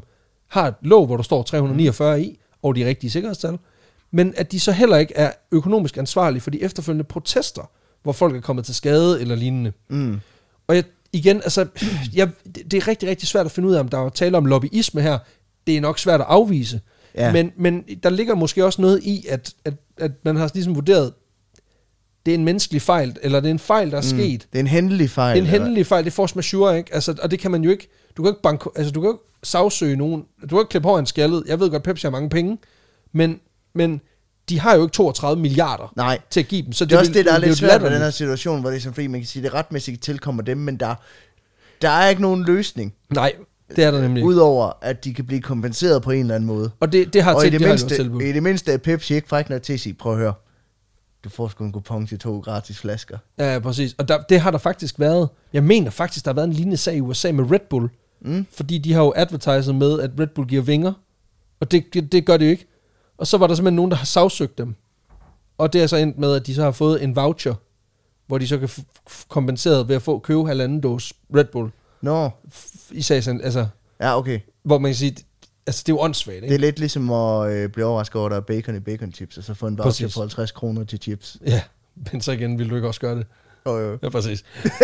har et låg, hvor der står tre hundrede niogfyrre i, og de rigtige sikkerhedstal, men at de så heller ikke er økonomisk ansvarlige for de efterfølgende protester, hvor folk er kommet til skade eller lignende. Mm. Og jeg, igen, altså, jeg, det er rigtig, rigtig svært at finde ud af, om der er tale om lobbyisme her. Det er nok svært at afvise. Ja. Men, men der ligger måske også noget i, at, at, at man har ligesom vurderet, det er en menneskelig fejl, eller det er en fejl, der er Mm. sket. Det er en hændelig fejl. Det er en eller? hændelig fejl, det er force majeure, ikke? Altså, og det kan man jo ikke, du kan ikke, banko, altså, du kan ikke sagsøge nogen, du kan ikke klippe hården skaldet. Jeg ved godt, Pepsi har mange penge, men, men de har jo ikke toogtredive milliarder Nej. til at give dem. Så Det er også vil- det, der er jo lidt svært ved latterligt. den her situation, hvor det er sådan, fordi man kan sige, det retmæssigt tilkommer dem, men der, der er ikke nogen løsning, Nej, det er der nemlig. udover at de kan blive kompenseret på en eller anden måde. Og det, det har Og i til, det, det har mindste, jo tilbudt. i det mindste er Pepsi ikke fræk nok til at sige, prøv at høre, du får sgu en kupon til to gratis flasker. Ja, præcis. Og der, det har der faktisk været. Jeg mener faktisk, der har været en lignende sag i U S A med Red Bull. Mm. Fordi de har jo advertiset med, at Red Bull giver vinger. Og det, det, det gør det jo ikke. Og så var der simpelthen nogen, der har sagsøgt dem. Og det er så endt med, at de så har fået en voucher, hvor de så kan f- f- kompenseret ved at få købe halvanden dåse Red Bull. Nå, F- I sagen, altså, ja okay. hvor man kan sige, altså det er jo åndssvagt, ikke? Det er lidt ligesom at øh, blive overrasket over, at der er bacon i bacon chips, og så få en voucher Præcis. på halvtreds kroner til chips. Ja, men så igen vil du ikke også gøre det. Og, øh, Ja, præcis.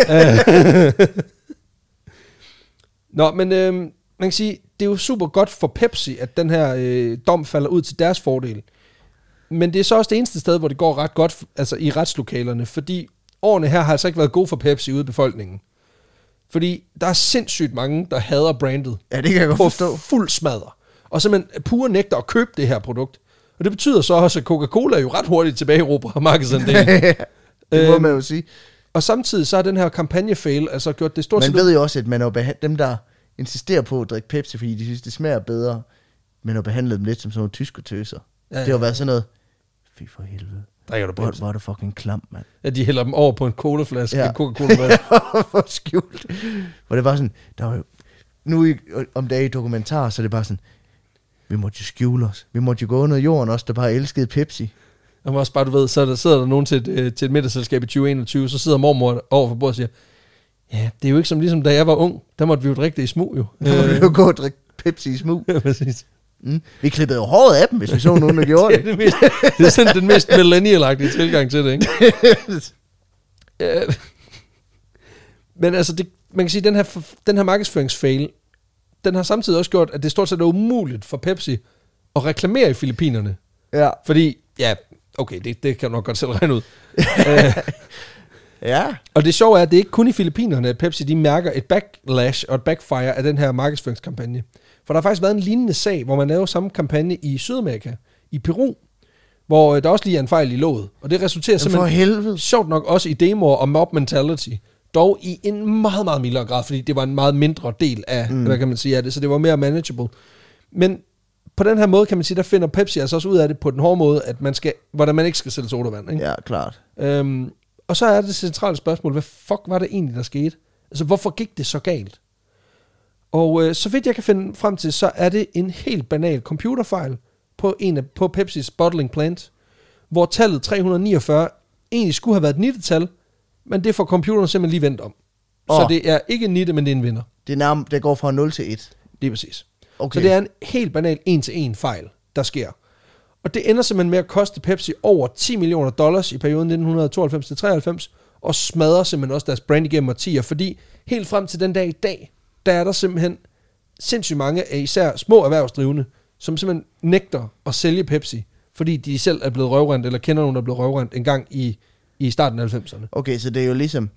Nå, men øh, man kan sige, det er jo super godt for Pepsi, at den her øh, dom falder ud til deres fordel. Men det er så også det eneste sted, hvor det går ret godt, altså i retslokalerne, fordi årene her har altså ikke været gode for Pepsi ude i befolkningen. Fordi der er sindssygt mange, der hader brandet ja, det kan jeg godt på forstå. fuld smadre. Og simpelthen pure nægter at købe det her produkt. Og det betyder så også, at Coca-Cola er jo ret hurtigt tilbage i Europa markedsandelen. Det må Øhm, man jo sige. Og samtidig så har den her kampagne-fail altså gjort det stort Man set... ved jo også, at man har beha- dem, der insisterer på at drikke Pepsi, fordi de synes, det smager bedre, men har behandlet dem lidt som sådan nogle tyskotøser. Ja, Ja, ja. det har været sådan noget, fy for helvede. Drikker du Hvor, Pepsi? hvor er det fucking klam, mand. Ja, de hælder dem over på en colaflaske, ja. Ja. En Coca-Cola. Hvor skjult. Hvor det var sådan, der var jo, nu i, om dagen i dokumentar, så er det bare sådan, vi måtte jo skjule os. Vi måtte jo gå under jorden også, der bare elskede Pepsi. Og også bare, du ved, så der, sidder der nogen til et, øh, til et middagsselskab i tyve enogtyve, så sidder mormor over for bordet og siger, ja, det er jo ikke som ligesom da jeg var ung, der måtte vi jo drikke det i smug jo. Der måtte vi jo gå og drikke Pepsi i smug. Ja, præcis. Mm. Vi klippede jo håret af dem, hvis vi så nogen, der gjorde Det er, det. det, mest, det er sådan den mest millennial-agtige tilgang til det, ikke? Øh, Men altså, det, man kan sige, den her, den her markedsføringsfail, den har samtidig også gjort, at det stort set er umuligt for Pepsi at reklamere i Filippinerne. Ja. Fordi, ja, okay, det, det kan du nok godt selv regne ud. øh, Ja. og det sjove er, at det er ikke kun i Filippinerne, at Pepsi de mærker et backlash og et backfire af den her markedsføringskampagne. For der har faktisk været en lignende sag, hvor man lavede samme kampagne i Sydamerika, i Peru, hvor øh, der også lige er en fejl i låget. Og det resulterer Men for simpelthen helvede. sjovt nok også i demoer og mob mentality. Dog i en meget, meget mildere grad, fordi det var en meget mindre del af, mm. hvad kan man sige, af det, så det var mere manageable. Men på den her måde, kan man sige, der finder Pepsi altså også ud af det på den hårde måde, at man skal, hvordan man ikke skal sælge sodavand. Ikke? Ja, klart. Øhm, og så er det centrale spørgsmål, hvad fuck var det egentlig, der skete? Altså, hvorfor gik det så galt? Og øh, så vidt jeg kan finde frem til, så er det en helt banal computerfejl på, en af, på Pepsis bottling plant, hvor tallet tre hundrede niogfyrre egentlig skulle have været et nittetal, men det får computeren simpelthen lige vendt om. Oh. Så Åh. det er ikke nitte, men det er en vinder. Det, er nærmest, det går fra nul til et. Det er præcis. Okay. Så det er en helt banal en-til-en fejl, der sker. Og det ender simpelthen med at koste Pepsi over ti millioner dollars i perioden nitten tooghalvfems til treoghalvfems, og smadrer simpelthen også deres brand igennem årtier, fordi helt frem til den dag i dag, der er der simpelthen sindssygt mange af især små erhvervsdrivende, som simpelthen nægter at sælge Pepsi, fordi de selv er blevet røvrendt, eller kender nogen, der er blevet røvrendt en gang i, i starten af halvfemserne. Okay, så det er jo ligesom...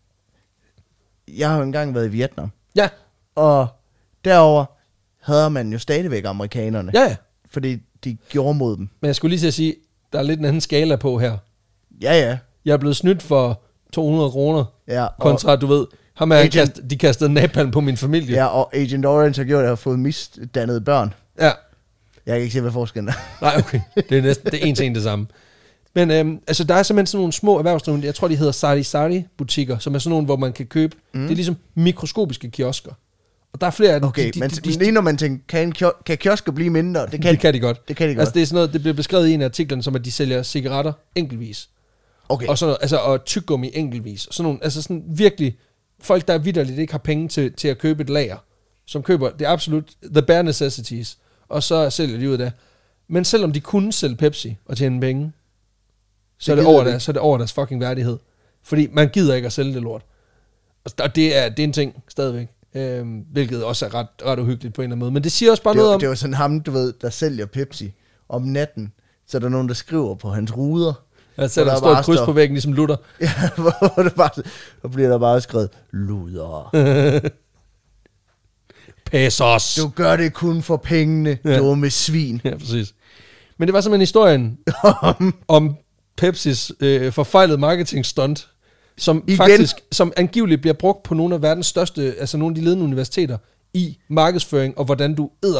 Jeg har jo engang været i Vietnam, Ja, og derover havde man jo stadigvæk amerikanerne, ja, ja. fordi de gjorde mod dem. Men jeg skulle lige til at sige, der er lidt en anden skala på her. Ja, ja. Jeg er blevet snydt for to hundrede kroner, Ja, og, kontra, du ved, ham er, Agent- kast, de kastede napalm på min familie. ja, og Agent Orange har gjort, at jeg har fået misdannede børn. Ja. Jeg kan ikke se, hvad forskellen er. Nej, okay. Det er næsten det er en til en det samme. Men øhm, altså, der er simpelthen sådan nogle små erhvervsdrivende, jeg tror, de hedder Sari Sari butikker, som er sådan nogle, hvor man kan købe, mm. det er ligesom mikroskopiske kiosker. Og der er flere af dem. Okay, de, men de, de, de, lige når man tænker, kan, en kio- kan kiosker blive mindre? Det kan, det kan de godt. Det kan de godt. Altså, det er sådan noget, det bliver beskrevet i en af artiklerne, som at de sælger cigaretter enkeltvis. Okay. Og sådan noget, altså, og tyggegummi enkeltvis. Og sådan nogle, altså sådan virkelig, folk, der vitterligt ikke har penge til, til at købe et lager, som køber det absolut the bare necessities, og så sælger de ud af det. Men selvom de kunne sælge Pepsi og tjene penge, så er det, over deres, så er det over deres fucking værdighed. Fordi man gider ikke at sælge det lort. Og det er, det er en ting stadigvæk. Øhm, hvilket også er ret, ret uhyggeligt på en eller anden måde. Men det siger også bare det var, noget om... Det var sådan ham, du ved, der sælger Pepsi om natten. Så er der nogen, der skriver på hans ruder. Ja, så der, der står et kryds står, på væggen, ligesom Luther. Ja, hvor det bare, så bliver der bare skrevet, Luther. Pesos. Du gør det kun for pengene, ja. Dumme svin. Ja, præcis. Men det var simpelthen historien om Pepsis øh, forfejlede marketing stunt, som Igen. faktisk, som angiveligt bliver brugt på nogle af verdens største, altså nogle af de ledende universiteter, i markedsføring, og hvordan du æder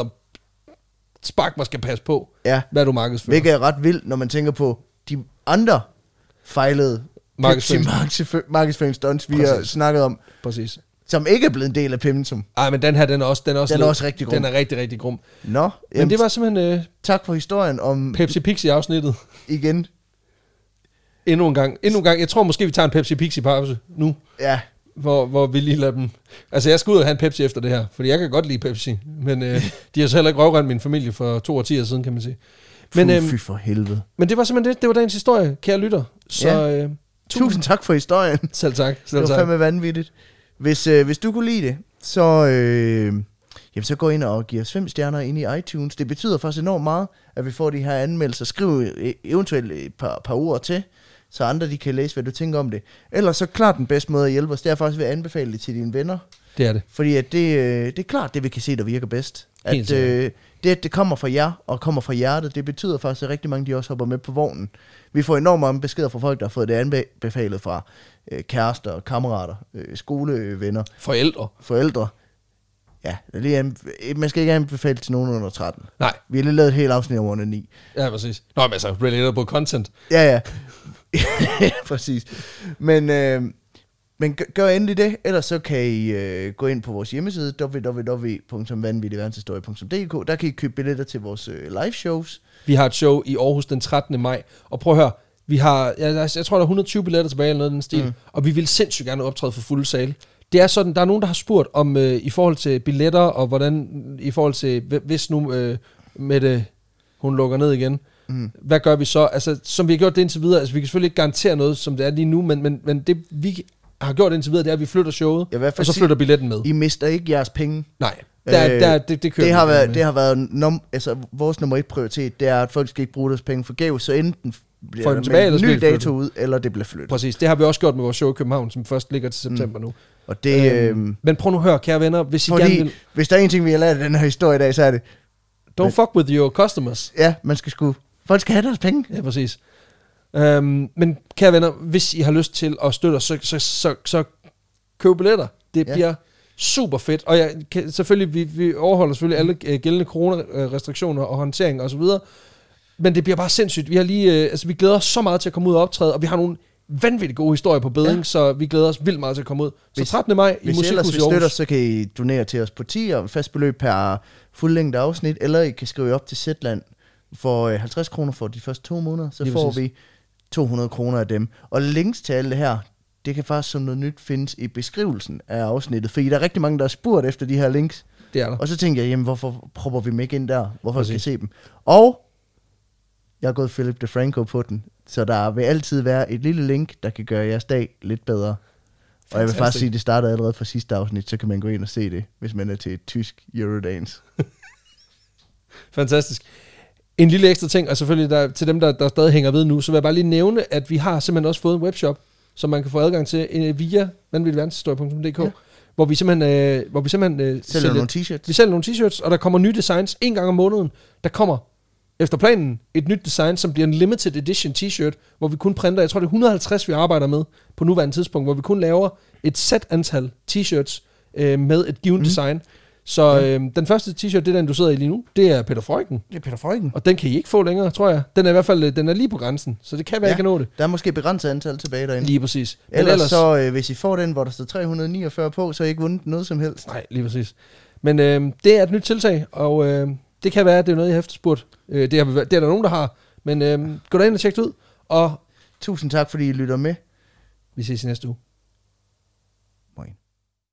spark, man skal passe på, ja. Hvad du markedsfører. Hvilket er ret vildt, når man tænker på de andre fejlede markedsføringsstunts, vi Præcis. har snakket om. Præcis. Som ikke er blevet en del af Pensum. Ej, men den her, den er også, den er også, den er også rigtig grum. Den er rigtig, rigtig grum. Nå. Men jamen, det var simpelthen... Øh, tak for historien om... Pepsi Pixie-afsnittet. Igen. Endnu en gang. Endnu en gang. Jeg tror måske, vi tager en Pepsi Pixie-pause nu. Ja. Hvor, hvor vi lige lader dem... Altså, jeg skal ud og have en Pepsi efter det her, fordi jeg kan godt lide Pepsi. Men øh, de har så heller ikke røvrendt min familie for to årtier siden, kan man sige. Men, øh, fy for helvede. Men det var simpelthen det. Det var dagens historie, kære lytter. Så, ja. øh, tusind, tusind tak for historien. Selv tak. Selv det var tak. fandme vanvittigt. Hvis, øh, hvis du kunne lide det, så, øh, jamen, så gå ind og giv os fem stjerner ind i iTunes. Det betyder faktisk enormt meget, at vi får de her anmeldelser. Skriv eventuelt et par, par ord til, så andre de kan læse, hvad du tænker om det. Ellers så klart den bedste måde at hjælpe os, det er faktisk ved at anbefale det til dine venner. Det er det. Fordi at det, øh, det er klart det, vi kan se, der virker bedst. At, øh, det, at det kommer fra jer, og kommer fra hjertet, det betyder faktisk, at rigtig mange de også hopper med på vognen. Vi får enormt mange beskeder fra folk, der har fået det anbefalet fra øh, kærester, kammerater, øh, skolevenner. Forældre. Forældre. Ja, det er lige anbe- man skal ikke anbefale til nogen under tretten. Nej. Vi har lige lavet et helt afsnit over under ni. Ja, præcis. Nå, men altså, relatable content. Ja, ja. Præcis. Men... Øh, Men gør endelig det, ellers så kan I øh, gå ind på vores hjemmeside, w w w punktum vanvittigverdenshistorie punktum d k. Der kan I købe billetter til vores øh, live shows. Vi har et show i Aarhus den trettende maj, og prøv at høre, vi har, jeg, jeg tror, der er et hundrede og tyve billetter tilbage, eller noget af den stil, mm. og vi vil sindssygt gerne optræde for fuld sale. Det er sådan, der er nogen, der har spurgt om, øh, i forhold til billetter, og hvordan, i forhold til, hvis nu øh, Mette, hun lukker ned igen, mm. hvad gør vi så? Altså, som vi har gjort det indtil videre, altså vi kan selvfølgelig ikke garantere noget, som det er lige nu, men, men, men det vi har gjort indtil videre, det er, at vi flytter showet, og så flytter billetten med. I mister ikke jeres penge. Nej, der, øh, der, det, det kører det har været, det har været num- altså, vores nummer et prioritet, det er, at folk skal ikke bruge deres penge forgæves, så enten bliver der tilbage, en ny dato ud, eller det bliver flyttet. Præcis, det har vi også gjort med vores show i København, som først ligger til september mm. nu. Og det, øhm, øh, men prøv nu at høre, kære venner, hvis I fordi, gerne vil... hvis der er en ting, vi har lært af den her historie i dag, så er det... Don't men, fuck with your customers. Ja, man skal sgu... Folk skal have deres penge. Ja, præcis. Um, men kære venner, hvis I har lyst til at støtte os, så, så, så, så køb billetter. Det ja. bliver super fedt. Og jeg kan, selvfølgelig, vi, vi overholder selvfølgelig alle uh, gældende coronarestriktioner og håndtering og så videre. Men det bliver bare sindssygt. Vi har lige, uh, altså vi glæder os så meget til at komme ud og optræde, og vi har nogle vanvittigt gode historier på bedring, ja. så vi glæder os vildt meget til at komme ud. Så trettende maj i Musikhus i Aarhus. Hvis I ellers støtter, så kan I donere til os på ti og fast beløb per fuldlængde afsnit, eller I kan skrive op til Zetland for halvtreds kroner for de første to måneder, så lige får præcis. vi to hundrede kroner af dem. Og links til alt det her, det kan faktisk som noget nyt findes i beskrivelsen af afsnittet, fordi der er rigtig mange, der har spurgt efter de her links. Det er der. Og så tænker jeg, jamen hvorfor propper vi dem ikke ind der? Hvorfor skal jeg se dem? Og jeg har gået Philip DeFranco på den, så der vil altid være et lille link, der kan gøre jeres dag lidt bedre. Fantastisk. Og jeg vil faktisk sige, at det startede allerede fra sidste afsnit, så kan man gå ind og se det, hvis man er til et tysk Eurodance. Fantastisk. En lille ekstra ting, og selvfølgelig der, til dem, der, der stadig hænger ved nu, så vil jeg bare lige nævne, at vi har simpelthen også fået en webshop, som man kan få adgang til uh, via vanvittigverdenshistorie punktum d k, ja. hvor vi simpelthen, uh, hvor vi simpelthen uh, sælger, sælger nogle t-shirts. Vi sælger nogle t-shirts, og der kommer nye designs en gang om måneden. Der kommer efter planen et nyt design, som bliver en limited edition t-shirt, hvor vi kun printer, jeg tror det er et hundrede og halvtreds, vi arbejder med på nuværende tidspunkt, hvor vi kun laver et sæt antal t-shirts uh, med et givet mm. design. Så ja. øh, den første t-shirt, det er den, du sidder i lige nu, det er Peter Freuchen. Det er Peter Freuchen. Og den kan I ikke få længere, tror jeg. Den er i hvert fald den er lige på grænsen, så det kan være, ja, ikke nå det. Der er måske begrænset antal tilbage derinde. Lige præcis. Men ellers, ellers så, øh, hvis I får den, hvor der står tre hundrede og niogfyrre på, så har I ikke vundet noget som helst. Nej, lige præcis. Men øh, det er et nyt tiltag, og øh, det kan være, at det er noget, jeg har efterspurgt. Øh, det, er, det er der nogen, der har. Men øh, gå derind og tjek det ud. Og tusind tak, fordi I lytter med. Vi ses i næste uge.